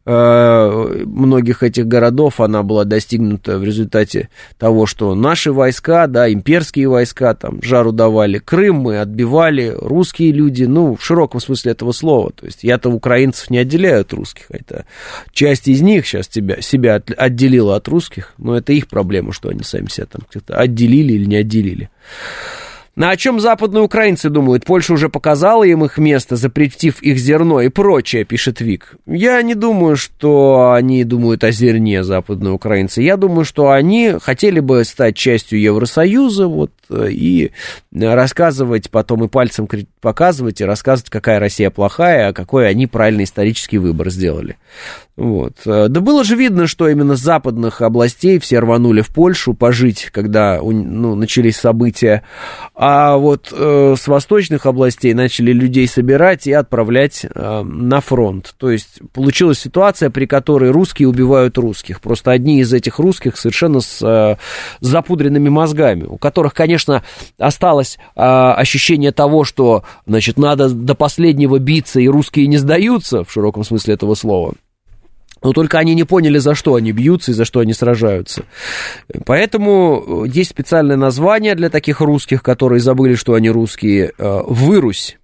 многих этих городов, она была достигнута в результате того, что наши войска, да, имперские войска, там, жару давали, Крым мы отбивали, русские люди, ну, в широком смысле этого слова, то есть я-то украинцев не отделяю от русских, это часть из них сейчас тебя, себя отделила от русских, но это их проблема, что они сами себя там как-то отделили или не отделили. На о чем западные украинцы думают? Польша уже показала им их место, запретив их зерно и прочее, пишет Вик. Я не думаю, что они думают о зерне, западные украинцы. Я думаю, что они хотели бы стать частью Евросоюза, вот, и рассказывать потом, и пальцем показывать, и рассказывать, какая Россия плохая, а какой они правильный исторический выбор сделали. Вот. Да было же видно, что именно с западных областей все рванули в Польшу пожить, когда, ну, начались события, а вот э, с восточных областей начали людей собирать и отправлять э, на фронт. То есть получилась ситуация, при которой русские убивают русских. Просто одни из этих русских совершенно с, э, с запудренными мозгами, у которых, конечно, осталось э, ощущение того, что, значит, надо до последнего биться, и русские не сдаются, в широком смысле этого слова. Но только они не поняли, за что они бьются и за что они сражаются. Поэтому есть специальное название для таких русских, которые забыли, что они русские, «Вырусь».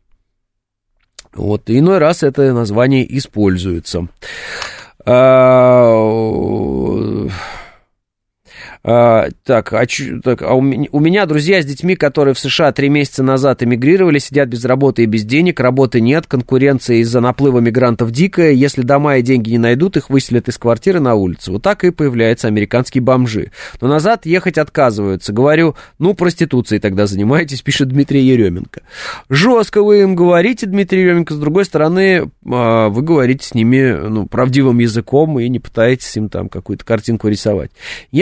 Вот, и иной раз это название используется. А, так, а, так, а у, меня, у меня друзья с детьми, которые в США три месяца назад эмигрировали, сидят без работы и без денег, работы нет, конкуренция из-за наплыва мигрантов дикая, если дома и деньги не найдут, их выселят из квартиры на улицу. Вот так и появляются американские бомжи. Но назад ехать отказываются. Говорю, ну, проституцией тогда занимаетесь, пишет Дмитрий Еременко. Жестко вы им говорите, Дмитрий Еременко, с другой стороны, вы говорите с ними, ну, правдивым языком и не пытаетесь им там какую-то картинку рисовать. Я вообще вот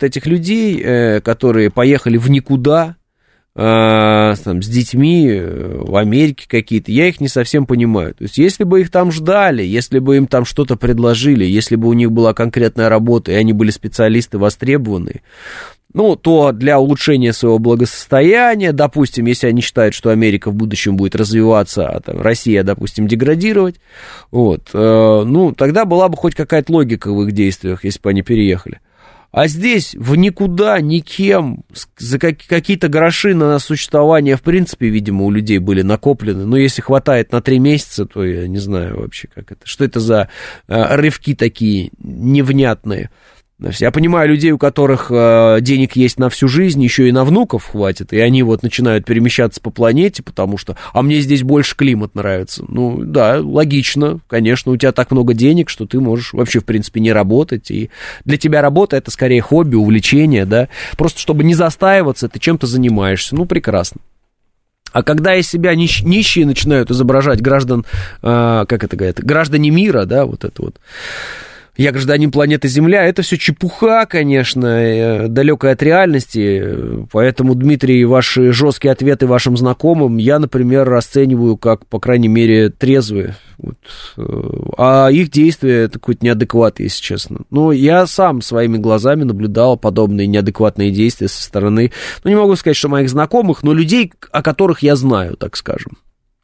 вот этих людей, которые поехали в никуда, там, с детьми в Америке какие-то, я их не совсем понимаю. То есть, если бы их там ждали, если бы им там что-то предложили, если бы у них была конкретная работа, и они были специалисты востребованные, ну, то для улучшения своего благосостояния, допустим, если они считают, что Америка в будущем будет развиваться, а там, Россия, допустим, деградировать, вот, э, ну, тогда была бы хоть какая-то логика в их действиях, если бы они переехали. А здесь в никуда, никем, за какие-то гроши на существование, в принципе, видимо, у людей были накоплены. Но если хватает на три месяца, то я не знаю вообще, как это. Что это за э, рывки такие невнятные? Я понимаю людей, у которых э, денег есть на всю жизнь, еще и на внуков хватит, и они вот начинают перемещаться по планете, потому что, а мне здесь больше климат нравится. Ну, да, логично, конечно, у тебя так много денег, что ты можешь вообще, в принципе, не работать, и для тебя работа — это скорее хобби, увлечение, да, просто чтобы не застаиваться, ты чем-то занимаешься, ну, прекрасно. А когда из себя нищ- нищие начинают изображать граждан, э, как это говорят, граждане мира, да, вот это вот, я гражданин планеты Земля, это все чепуха, конечно, далекая от реальности, поэтому, Дмитрий, ваши жесткие ответы вашим знакомым я, например, расцениваю как, по крайней мере, трезвые, вот. А их действия — это какой-то неадекват, если честно. Но я сам своими глазами наблюдал подобные неадекватные действия со стороны, ну, не могу сказать, что моих знакомых, но людей, о которых я знаю, так скажем.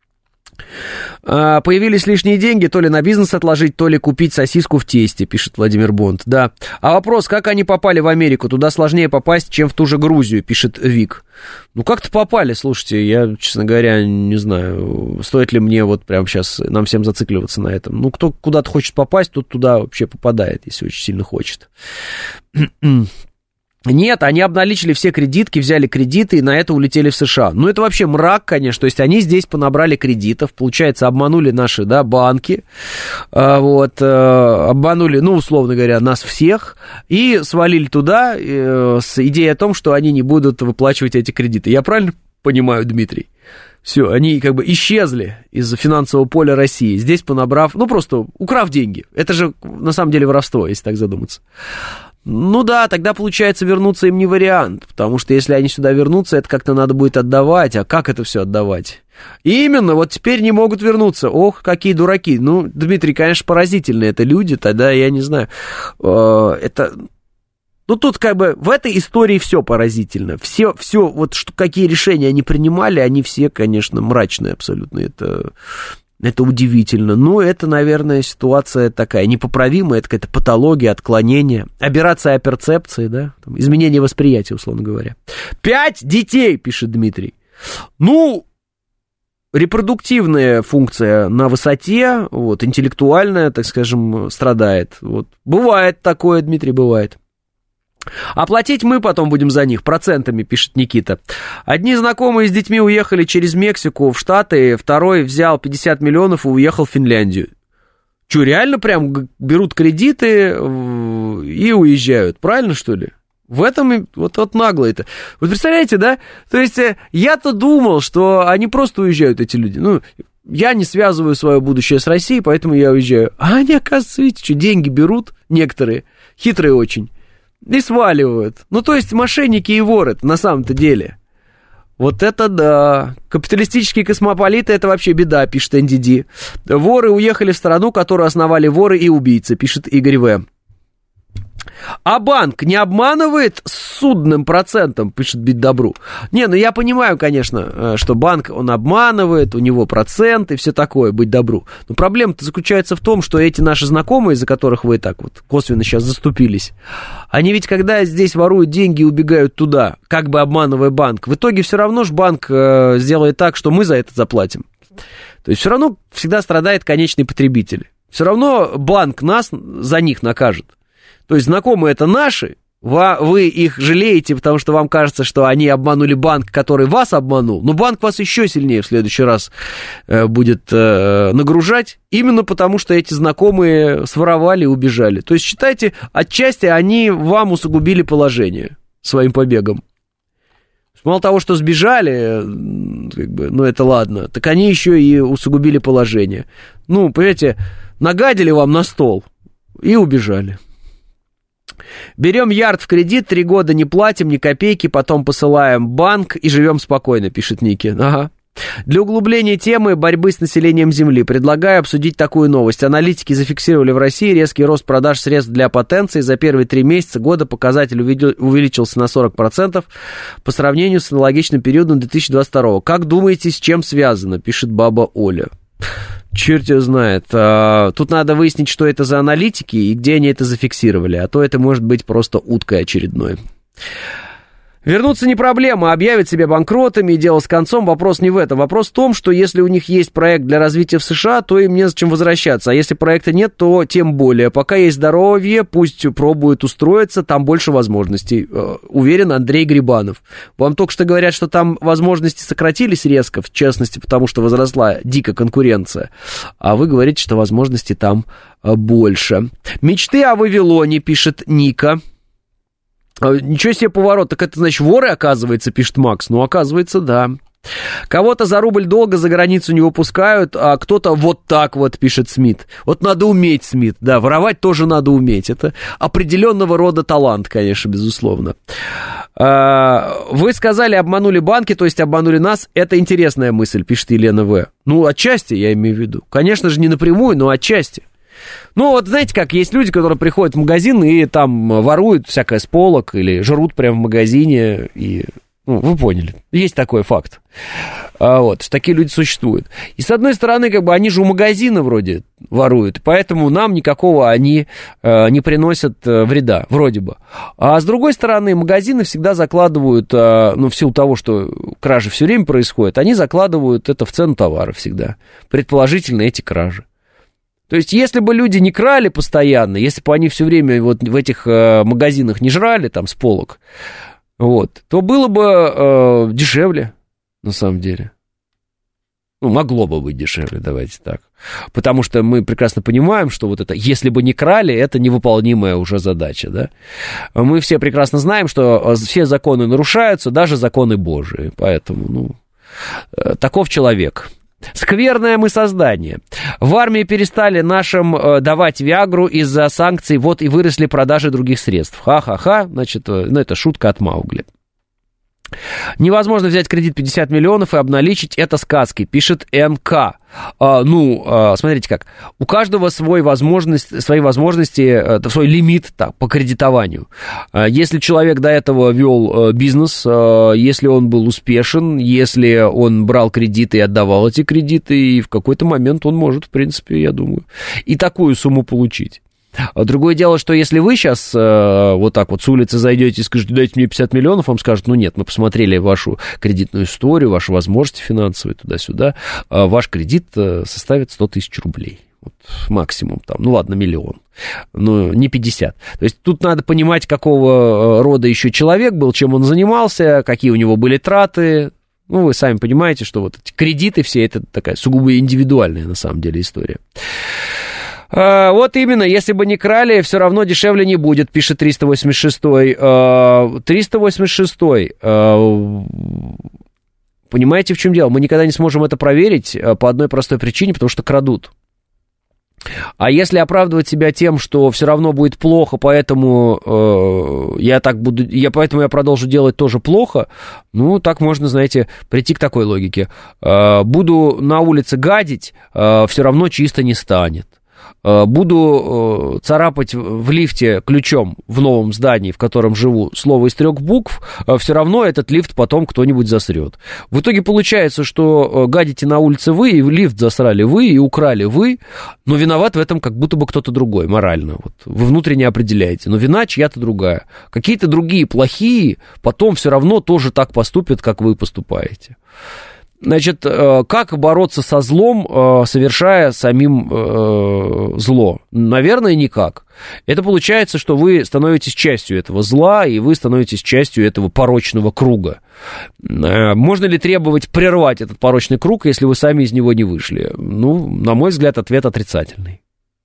Появились лишние деньги, то ли на бизнес отложить, то ли купить сосиску в тесте, пишет Владимир Бонд. Да. А вопрос, как они попали в Америку? Туда сложнее попасть, чем в ту же Грузию, пишет Вик. Ну, как-то попали, слушайте, я, честно говоря, не знаю, стоит ли мне вот прямо сейчас нам всем зацикливаться на этом. Ну, кто куда-то хочет попасть, тот туда вообще попадает, если очень сильно хочет. Нет, они обналичили все кредитки, взяли кредиты и на это улетели в США. Ну, это вообще мрак, конечно, то есть они здесь понабрали кредитов, получается, обманули наши, да, банки, вот, обманули, ну, условно говоря, нас всех, и свалили туда с идеей о том, что они не будут выплачивать эти кредиты. Я правильно понимаю, Дмитрий? Все, они как бы исчезли из финансового поля России, здесь понабрав, ну, просто украв деньги. Это же, на самом деле, воровство, если так задуматься. Ну да, тогда, получается, вернуться им не вариант, потому что если они сюда вернутся, это как-то надо будет отдавать, а как это все отдавать? Именно, вот теперь не могут вернуться, ох, какие дураки. Ну, Дмитрий, конечно, поразительные это люди, тогда я не знаю, это... Ну, тут как бы в этой истории все поразительно, все, все, вот что, какие решения они принимали, они все, конечно, мрачные абсолютно, это... Это удивительно. Ну, это, наверное, ситуация такая непоправимая, это какая-то патология, отклонение, аберрация оперцепции, да, там, изменение восприятия, условно говоря. Пять детей, пишет Дмитрий. Ну, репродуктивная функция на высоте, вот, интеллектуальная, так скажем, страдает. Вот. Бывает такое, Дмитрий, бывает. Оплатить мы потом будем за них процентами, пишет Никита. Одни знакомые с детьми уехали через Мексику в Штаты, второй взял пятьдесят миллионов и уехал в Финляндию. Что, реально прям берут кредиты и уезжают, правильно, что ли? В этом вот, вот нагло это. Вы представляете, да? То есть я-то думал, что они просто уезжают, эти люди. Ну, я не связываю свое будущее с Россией, поэтому я уезжаю. А они, оказывается, видите, что деньги берут некоторые, хитрые очень, и сваливают. Ну, то есть мошенники и воры на самом-то деле. Вот это да. Капиталистические космополиты — это вообще беда, пишет эн ди ди. Воры уехали в страну, которую основали воры и убийцы, пишет Игорь В. А банк не обманывает с судным процентом, пишет Бить Добру. Не, ну я понимаю, конечно, что банк, он обманывает, у него процент и все такое, Быть Добру. Но проблема-то заключается в том, что эти наши знакомые, за которых вы так вот косвенно сейчас заступились, они ведь когда здесь воруют деньги и убегают туда, как бы обманывая банк, в итоге все равно же банк э, сделает так, что мы за это заплатим. То есть все равно всегда страдает конечный потребитель. Все равно банк нас за них накажет. То есть знакомые это наши, вы их жалеете, потому что вам кажется, что они обманули банк, который вас обманул, но банк вас еще сильнее в следующий раз будет нагружать, именно потому что эти знакомые своровали и убежали. То есть, считайте, отчасти они вам усугубили положение своим побегом. Мало того, что сбежали, как бы, ну это ладно, так они еще и усугубили положение. Ну, понимаете, нагадили вам на стол и убежали. Берем ярд в кредит, три года не платим ни копейки, потом посылаем банк и живем спокойно, пишет Ники. Ага. Для углубления темы борьбы с населением Земли предлагаю обсудить такую новость. Аналитики зафиксировали в России резкий рост продаж средств для потенции. За первые три месяца года показатель увеличился на сорок процентов по сравнению с аналогичным периодом две тысячи двадцать второго. Как думаете, с чем связано, пишет баба Оля. Черт его знает. Тут надо выяснить, что это за аналитики и где они это зафиксировали. А то это может быть просто уткой очередной. Вернуться не проблема, объявят себя банкротами и дело с концом. Вопрос не в этом. Вопрос в том, что если у них есть проект для развития в США, то им незачем возвращаться. А если проекта нет, то тем более. Пока есть здоровье, пусть пробуют устроиться, там больше возможностей. Уверен Андрей Грибанов. Вам только что говорят, что там возможности сократились резко, в частности, потому что возросла дико конкуренция. А вы говорите, что возможностей там больше. Мечты о Вавилоне, пишет Ника. Ничего себе поворот, так это значит воры, оказывается, пишет Макс. Ну, оказывается, да. Кого-то за рубль долго за границу не выпускают, а кто-то вот так вот, пишет Смит. Вот надо уметь, Смит, да, воровать тоже надо уметь. Это определенного рода талант, конечно, безусловно. Вы сказали, обманули банки, то есть обманули нас. Это интересная мысль, пишет Елена В. Ну, отчасти, я имею в виду. Конечно же, не напрямую, но отчасти. Ну, вот знаете, как есть люди, которые приходят в магазин и там воруют всякое с полок или жрут прямо в магазине, и, ну, вы поняли, есть такой факт. А вот, такие люди существуют. И с одной стороны, как бы, они же у магазина вроде воруют, поэтому нам никакого они э, не приносят э, вреда, вроде бы. А с другой стороны, магазины всегда закладывают, э, ну, в силу того, что кражи все время происходят, они закладывают это в цену товара всегда, предположительно, эти кражи. То есть, если бы люди не крали постоянно, если бы они все время вот в этих э, магазинах не жрали там с полок, вот, то было бы э, дешевле, на самом деле. Ну, могло бы быть дешевле, давайте так. Потому что мы прекрасно понимаем, что вот это, если бы не крали, это невыполнимая уже задача, да. Мы все прекрасно знаем, что все законы нарушаются, даже законы Божии. Поэтому, ну, э, таков человек. Скверное мы создание. В армии перестали нашим э, давать Виагру из-за санкций, вот и выросли продажи других средств. Ха-ха-ха, значит, э, ну это шутка от Маугли. Невозможно взять кредит пятьдесят миллионов и обналичить это сказки, пишет эн ка. А, ну, а, смотрите как, у каждого свой возможность, свои возможности, свой лимит так, по кредитованию. А, если человек до этого вел бизнес, а, если он был успешен, если он брал кредиты и отдавал эти кредиты, и в какой-то момент он может, в принципе, я думаю, и такую сумму получить. Другое дело, что если вы сейчас э, вот так вот с улицы зайдете и скажете, дайте мне пятьдесят миллионов, вам скажут, ну нет, мы посмотрели вашу кредитную историю, ваши возможности финансовые туда-сюда, э, ваш кредит э, составит сто тысяч рублей. Вот, максимум там, ну ладно, миллион, но не пятьдесят. То есть тут надо понимать, какого рода еще человек был, чем он занимался, какие у него были траты. Ну, вы сами понимаете, что вот эти кредиты все, это такая сугубо индивидуальная на самом деле история. А, вот именно, если бы не крали, все равно дешевле не будет, пишет триста восемьдесят шестой. А, триста восемьдесят шестой. А, понимаете, в чем дело? Мы никогда не сможем это проверить по одной простой причине, потому что крадут. А если оправдывать себя тем, что все равно будет плохо, поэтому э, я так буду, я поэтому я продолжу делать тоже плохо, ну, так можно, знаете, прийти к такой логике. Э, буду на улице гадить, э, все равно чисто не станет. Буду царапать в лифте ключом в новом здании, в котором живу, слово из трех букв, все равно этот лифт потом кто-нибудь засрет. В итоге получается, что гадите на улице вы, и лифт засрали вы, и украли вы, но виноват в этом как будто бы кто-то другой, морально. Вот. Вы внутренне определяете, но вина чья-то другая. Какие-то другие плохие потом все равно тоже так поступят, как вы поступаете. Значит, как бороться со злом, совершая самим зло? Наверное, никак. Это получается, что вы становитесь частью этого зла, и вы становитесь частью этого порочного круга. Можно ли требовать прервать этот порочный круг, если вы сами из него не вышли? Ну, на мой взгляд, ответ отрицательный.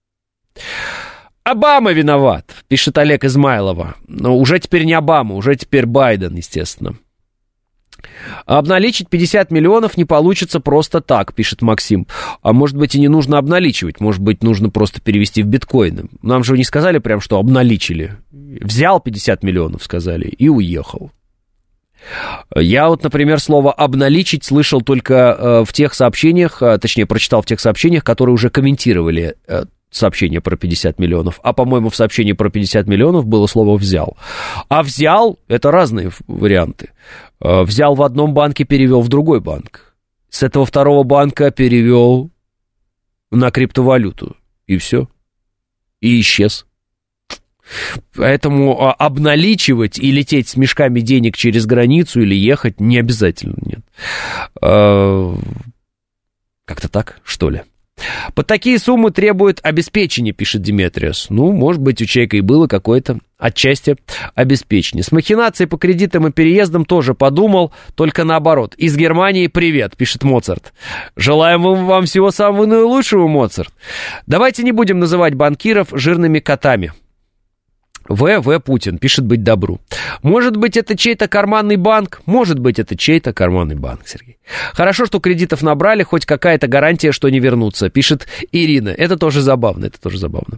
Обама виноват, пишет Олег Измайлова. Но уже теперь не Обама, уже теперь Байден, естественно. Обналичить пятьдесят миллионов не получится просто так, пишет Максим. А может быть и не нужно обналичивать, может быть нужно просто перевести в биткоины. Нам же не сказали прям, что обналичили. Взял пятьдесят миллионов, сказали, и уехал. Я вот, например, слово «обналичить» слышал только э, в тех сообщениях, э, точнее, прочитал в тех сообщениях, которые уже комментировали э, сообщение про пятьдесят миллионов. А, по-моему, в сообщении про пятьдесят миллионов было слово «взял». А «взял» — это разные варианты. Э, взял в одном банке, перевел в другой банк. С этого второго банка перевел на криптовалюту. И все. И исчез. Поэтому обналичивать и лететь с мешками денег через границу или ехать не обязательно, нет. Как-то так, что ли? Под такие суммы требует обеспечения, пишет Диметриос. Ну, может быть, у человека и было какое-то отчасти обеспечение. С махинацией по кредитам и переездам тоже подумал, только наоборот. Из Германии привет, пишет Моцарт. Желаем вам всего самого наилучшего, Моцарт. Давайте не будем называть банкиров жирными котами. В. В. Путин пишет быть добру. Может быть, это чей-то карманный банк? Может быть, это чей-то карманный банк, Сергей. Хорошо, что кредитов набрали, хоть какая-то гарантия, что не вернутся, пишет Ирина. Это тоже забавно, это тоже забавно.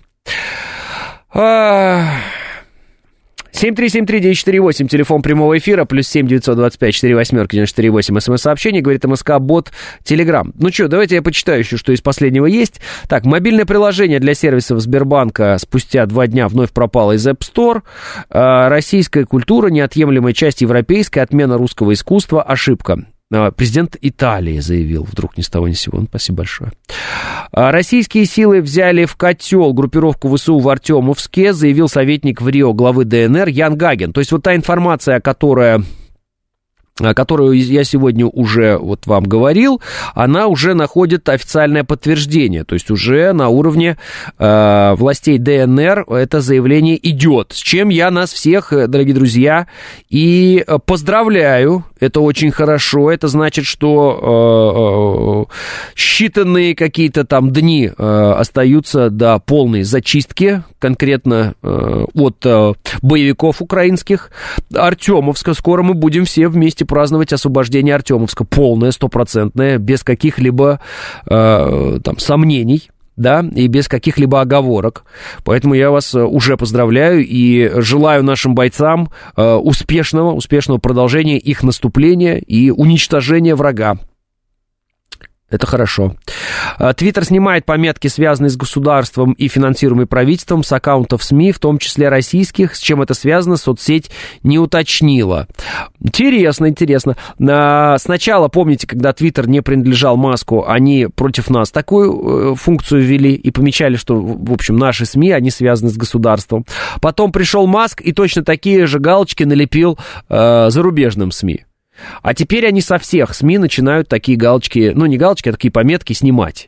семь три семь три девять четыре восемь, телефон прямого эфира, плюс семь девятьсот двадцать пять четыре восемь девять четыре восемь, смс-сообщение, говорит МСК-бот, Телеграм. Ну что, давайте я почитаю еще, что из последнего есть. Так, мобильное приложение для сервисов Сбербанка спустя два дня вновь пропало из App Store. Российская культура, неотъемлемая часть европейской, отмена русского искусства, ошибка. Президент Италии заявил, вдруг ни с того ни с сего. Ну, спасибо большое. Российские силы взяли в котел группировку ВСУ в Артемовске, заявил советник в Рио главы ДНР Ян Гаген. То есть вот та информация, которая... которую я сегодня уже вот вам говорил, она уже находит официальное подтверждение, то есть уже на уровне э, властей ДНР это заявление идет, с чем я нас всех, дорогие друзья, и поздравляю, это очень хорошо, это значит, что э, считанные какие-то там дни э, остаются до полной зачистки, конкретно э, от э, боевиков украинских, Артемовска, скоро мы будем все вместе праздновать освобождение Артемовска, полное, стопроцентное, без каких-либо э, там сомнений, да, и без каких-либо оговорок. Поэтому я вас уже поздравляю и желаю нашим бойцам э, успешного, успешного продолжения их наступления и уничтожения врага. Это хорошо. Твиттер снимает пометки, связанные с государством и финансируемые правительством, с аккаунтов СМИ, в том числе российских. С чем это связано, соцсеть не уточнила. Интересно, интересно. Сначала, помните, когда Твиттер не принадлежал Маску, они против нас такую функцию ввели и помечали, что, в общем, наши СМИ, они связаны с государством. Потом пришел Маск и точно такие же галочки налепил э, зарубежным СМИ. А теперь они со всех СМИ начинают такие галочки, ну не галочки, а такие пометки снимать.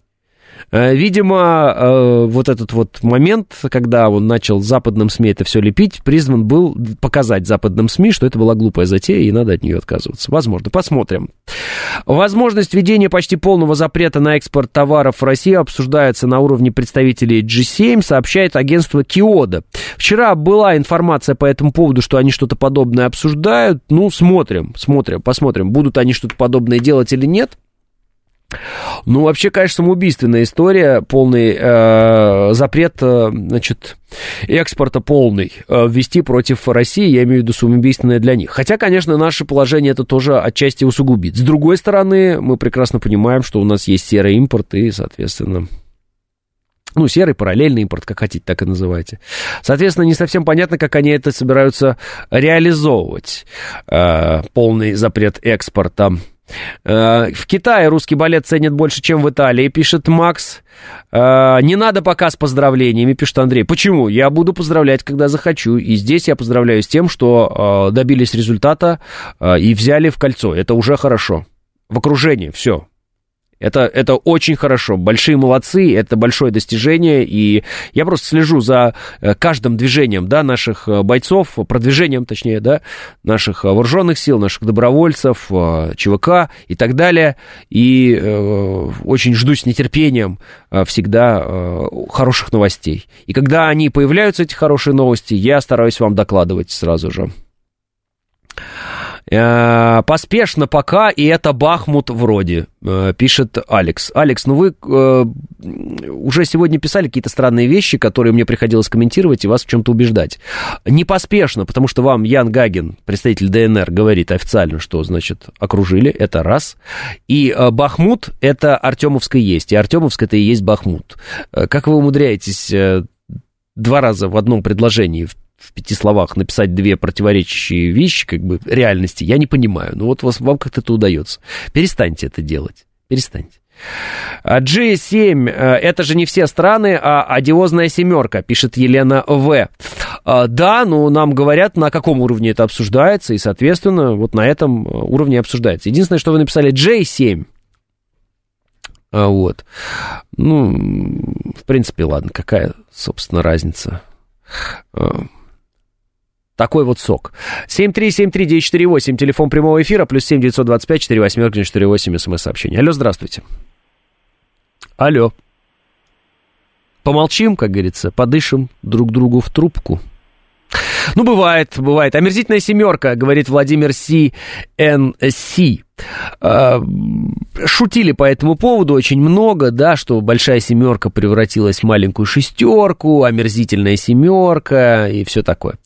Видимо, вот этот вот момент, когда он начал западным СМИ это все лепить, призван был показать западным СМИ, что это была глупая затея, и надо от нее отказываться. Возможно, посмотрим. Возможность введения почти полного запрета на экспорт товаров в Россию обсуждается на уровне представителей джи семь, сообщает агентство Киода. Вчера была информация по этому поводу, что они что-то подобное обсуждают. Ну, смотрим, смотрим, посмотрим, будут они что-то подобное делать или нет. Ну, вообще, конечно, самоубийственная история, полный э, запрет, э, значит, экспорта полный э, ввести против России, я имею в виду самоубийственное для них. Хотя, конечно, наше положение это тоже отчасти усугубит. С другой стороны, мы прекрасно понимаем, что у нас есть серый импорт и, соответственно... Ну, серый, параллельный импорт, как хотите, так и называйте. Соответственно, не совсем понятно, как они это собираются реализовывать. Э, полный запрет экспорта. В Китае русский балет ценят больше, чем в Италии, пишет Макс. Не надо пока с поздравлениями, пишет Андрей. Почему? Я буду поздравлять, когда захочу. И здесь я поздравляю с тем, что добились результата и взяли в кольцо. Это уже хорошо. В окружении, все. Это, это очень хорошо, большие молодцы, это большое достижение, и я просто слежу за каждым движением, да, наших бойцов, продвижением, точнее, да, наших вооруженных сил, наших добровольцев, ЧВК и так далее, и э, очень жду с нетерпением всегда э, хороших новостей. И когда они появляются, эти хорошие новости, я стараюсь вам докладывать сразу же. Э, поспешно пока, и это Бахмут вроде, э, пишет Алекс. Алекс, ну вы э, уже сегодня писали какие-то странные вещи, которые мне приходилось комментировать и вас в чем-то убеждать. Не поспешно, потому что вам Ян Гагин, представитель ДНР, говорит официально, что, значит, окружили, это раз. И э, Бахмут — это Артемовская есть, и Артемовск — это и есть Бахмут. Э, как вы умудряетесь э, два раза в одном предложении, в, в пяти словах, написать две противоречащие вещи, как бы, реальности, я не понимаю. Но вот вас, вам как-то это удается. Перестаньте это делать, перестаньте. джи семь, это же не все страны, а одиозная семерка, пишет Елена В. Да, ну нам говорят, на каком уровне это обсуждается, и, соответственно, вот на этом уровне обсуждается. Единственное, что вы написали джей семь. Вот. Ну, в принципе, ладно, какая, собственно, разница. Такой вот сок. семь три семь три девять четыре восемь, телефон прямого эфира, плюс семь девятьсот двадцать пять четыре восемь четыре восемь, смс-сообщение. Алло, здравствуйте. Алло. Помолчим, как говорится, подышим друг другу в трубку. Ну, бывает, бывает. Омерзительная семерка, говорит Владимир Си Эн Си. Шутили по этому поводу очень много, да, что большая семерка превратилась в маленькую шестерку, омерзительная семерка и все такое.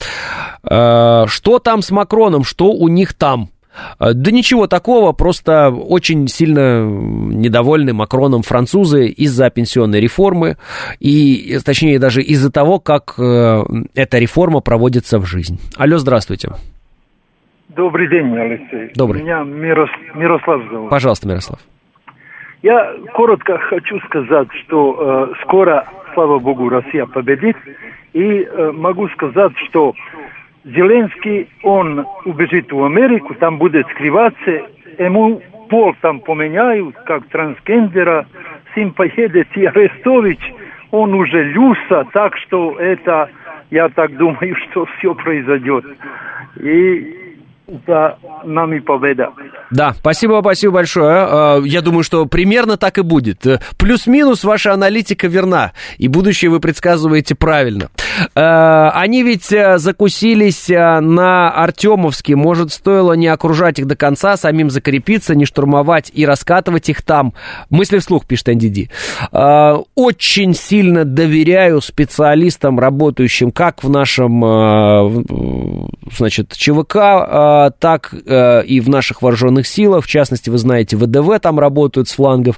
Что там с Макроном, что у них там? Да ничего такого, просто очень сильно недовольны Макроном французы из-за пенсионной реформы, и, точнее, даже из-за того, как э, эта реформа проводится в жизнь. Алло, здравствуйте. Добрый день, Алексей. Добрый. Меня Мирос... Мирослав зовут. Пожалуйста, Мирослав. Я коротко хочу сказать, что э, скоро, слава богу, Россия победит, и э, могу сказать, что Зеленский, он убежит в Америку, там будет скрываться, ему пол там поменяют, как трансгендера, с ним поедет и Арестович, он уже Люса, так что это, я так думаю, что все произойдет. И за нами победа. Да, спасибо, спасибо большое. Я думаю, что примерно так и будет. Плюс-минус ваша аналитика верна, и будущее вы предсказываете правильно. Они ведь закусились на Артемовске. Может, стоило не окружать их до конца, самим закрепиться, не штурмовать и раскатывать их там. Мысли вслух, пишет Эн Ди Ди. Очень сильно доверяю специалистам, работающим как в нашем, значит, ЧВК, так и в наших вооруженных силах. В частности, вы знаете, вэ дэ вэ там работают с флангов.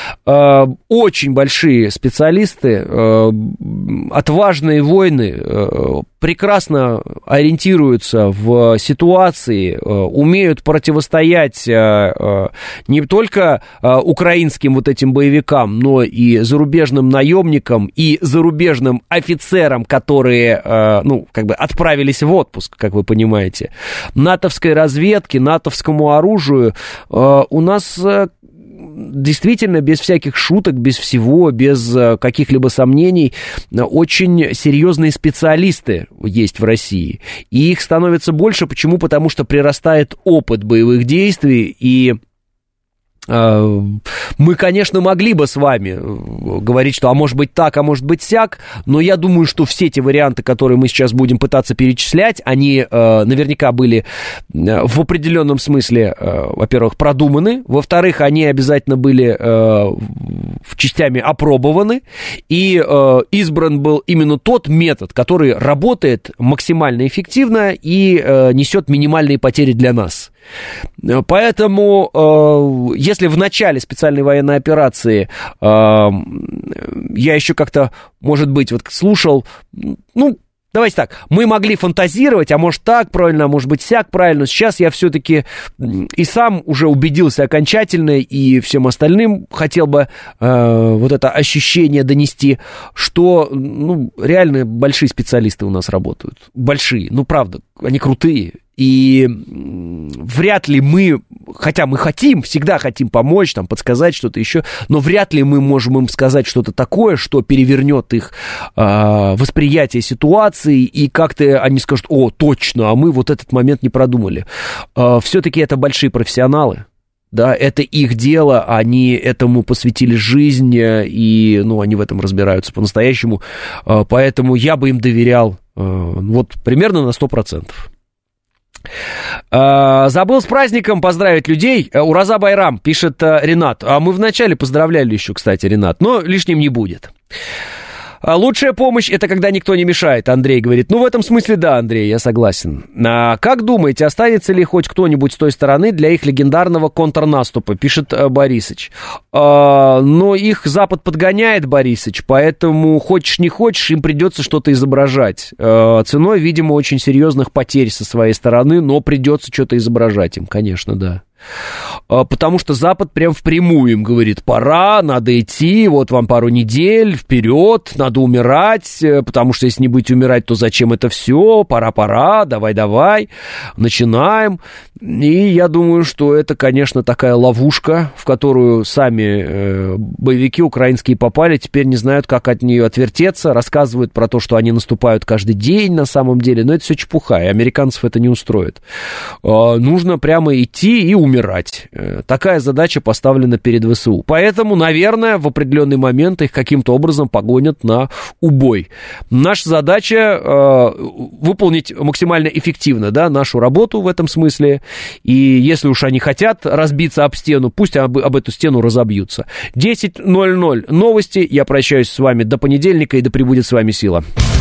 Очень большие специалисты, отважные воины, прекрасно ориентируются в ситуации, умеют противостоять не только украинским вот этим боевикам, но и зарубежным наемникам, и зарубежным офицерам, которые, ну, как бы отправились в отпуск, как вы понимаете. натовской разведке, натовскому оружию у нас действительно без всяких шуток, без всего, без каких-либо сомнений очень серьезные специалисты есть в России. И их становится больше. Почему? Потому что прирастает опыт боевых действий, и мы, конечно, могли бы с вами говорить, что а может быть так, а может быть сяк, но я думаю, что все те варианты, которые мы сейчас будем пытаться перечислять, они э, наверняка были в определенном смысле, э, во-первых, продуманы, во-вторых, они обязательно были э, частями опробованы, и э, избран был именно тот метод, который работает максимально эффективно и э, несет минимальные потери для нас. Поэтому, э, если в начале специальной военной операции э, я еще как-то, может быть, вот слушал, ну, давайте так, мы могли фантазировать, а может так правильно, а может быть сяк правильно. Сейчас я все-таки и сам уже убедился окончательно, и всем остальным хотел бы э, вот это ощущение донести, что, ну, реально большие специалисты у нас работают. Большие, ну, правда, они крутые. И вряд ли мы, хотя мы хотим, всегда хотим помочь, там, подсказать что-то еще, но вряд ли мы можем им сказать что-то такое, что перевернет их э, восприятие ситуации, и как-то они скажут: о, точно, а мы вот этот момент не продумали. Э, все-таки это большие профессионалы. Да, это их дело, они этому посвятили жизнь, и, ну, они в этом разбираются по-настоящему, э, поэтому я бы им доверял э, вот примерно на сто процентов. Забыл с праздником поздравить людей. Ураза Байрам, пишет Ренат. А мы вначале поздравляли еще, кстати, Ренат, но лишним не будет. Лучшая помощь — это когда никто не мешает, Андрей говорит. Ну, в этом смысле, да, Андрей, я согласен. А как думаете, останется ли хоть кто-нибудь с той стороны для их легендарного контрнаступа, пишет Борисыч. А, но их Запад подгоняет, Борисыч, поэтому хочешь не хочешь, им придется что-то изображать. А, ценой, видимо, очень серьезных потерь со своей стороны, но придется что-то изображать им, конечно, да. Потому что Запад прям впрямую им говорит: пора, надо идти, вот вам пару недель, вперед, надо умирать, потому что если не будете умирать, то зачем это все, пора-пора, давай-давай, начинаем. И я думаю, что это, конечно, такая ловушка, в которую сами э, боевики украинские попали, теперь не знают, как от нее отвертеться, рассказывают про то, что они наступают каждый день на самом деле, но это все чепуха, и американцев это не устроит. Э, нужно прямо идти и умирать. Э, такая задача поставлена перед ВСУ. Поэтому, наверное, в определенный момент их каким-то образом погонят на убой. Наша задача э, выполнить максимально эффективно, да, нашу работу в этом смысле. И если уж они хотят разбиться об стену, пусть об, об эту стену разобьются. десять ноль ноль новости. Я прощаюсь с вами до понедельника, и да пребудет с вами сила.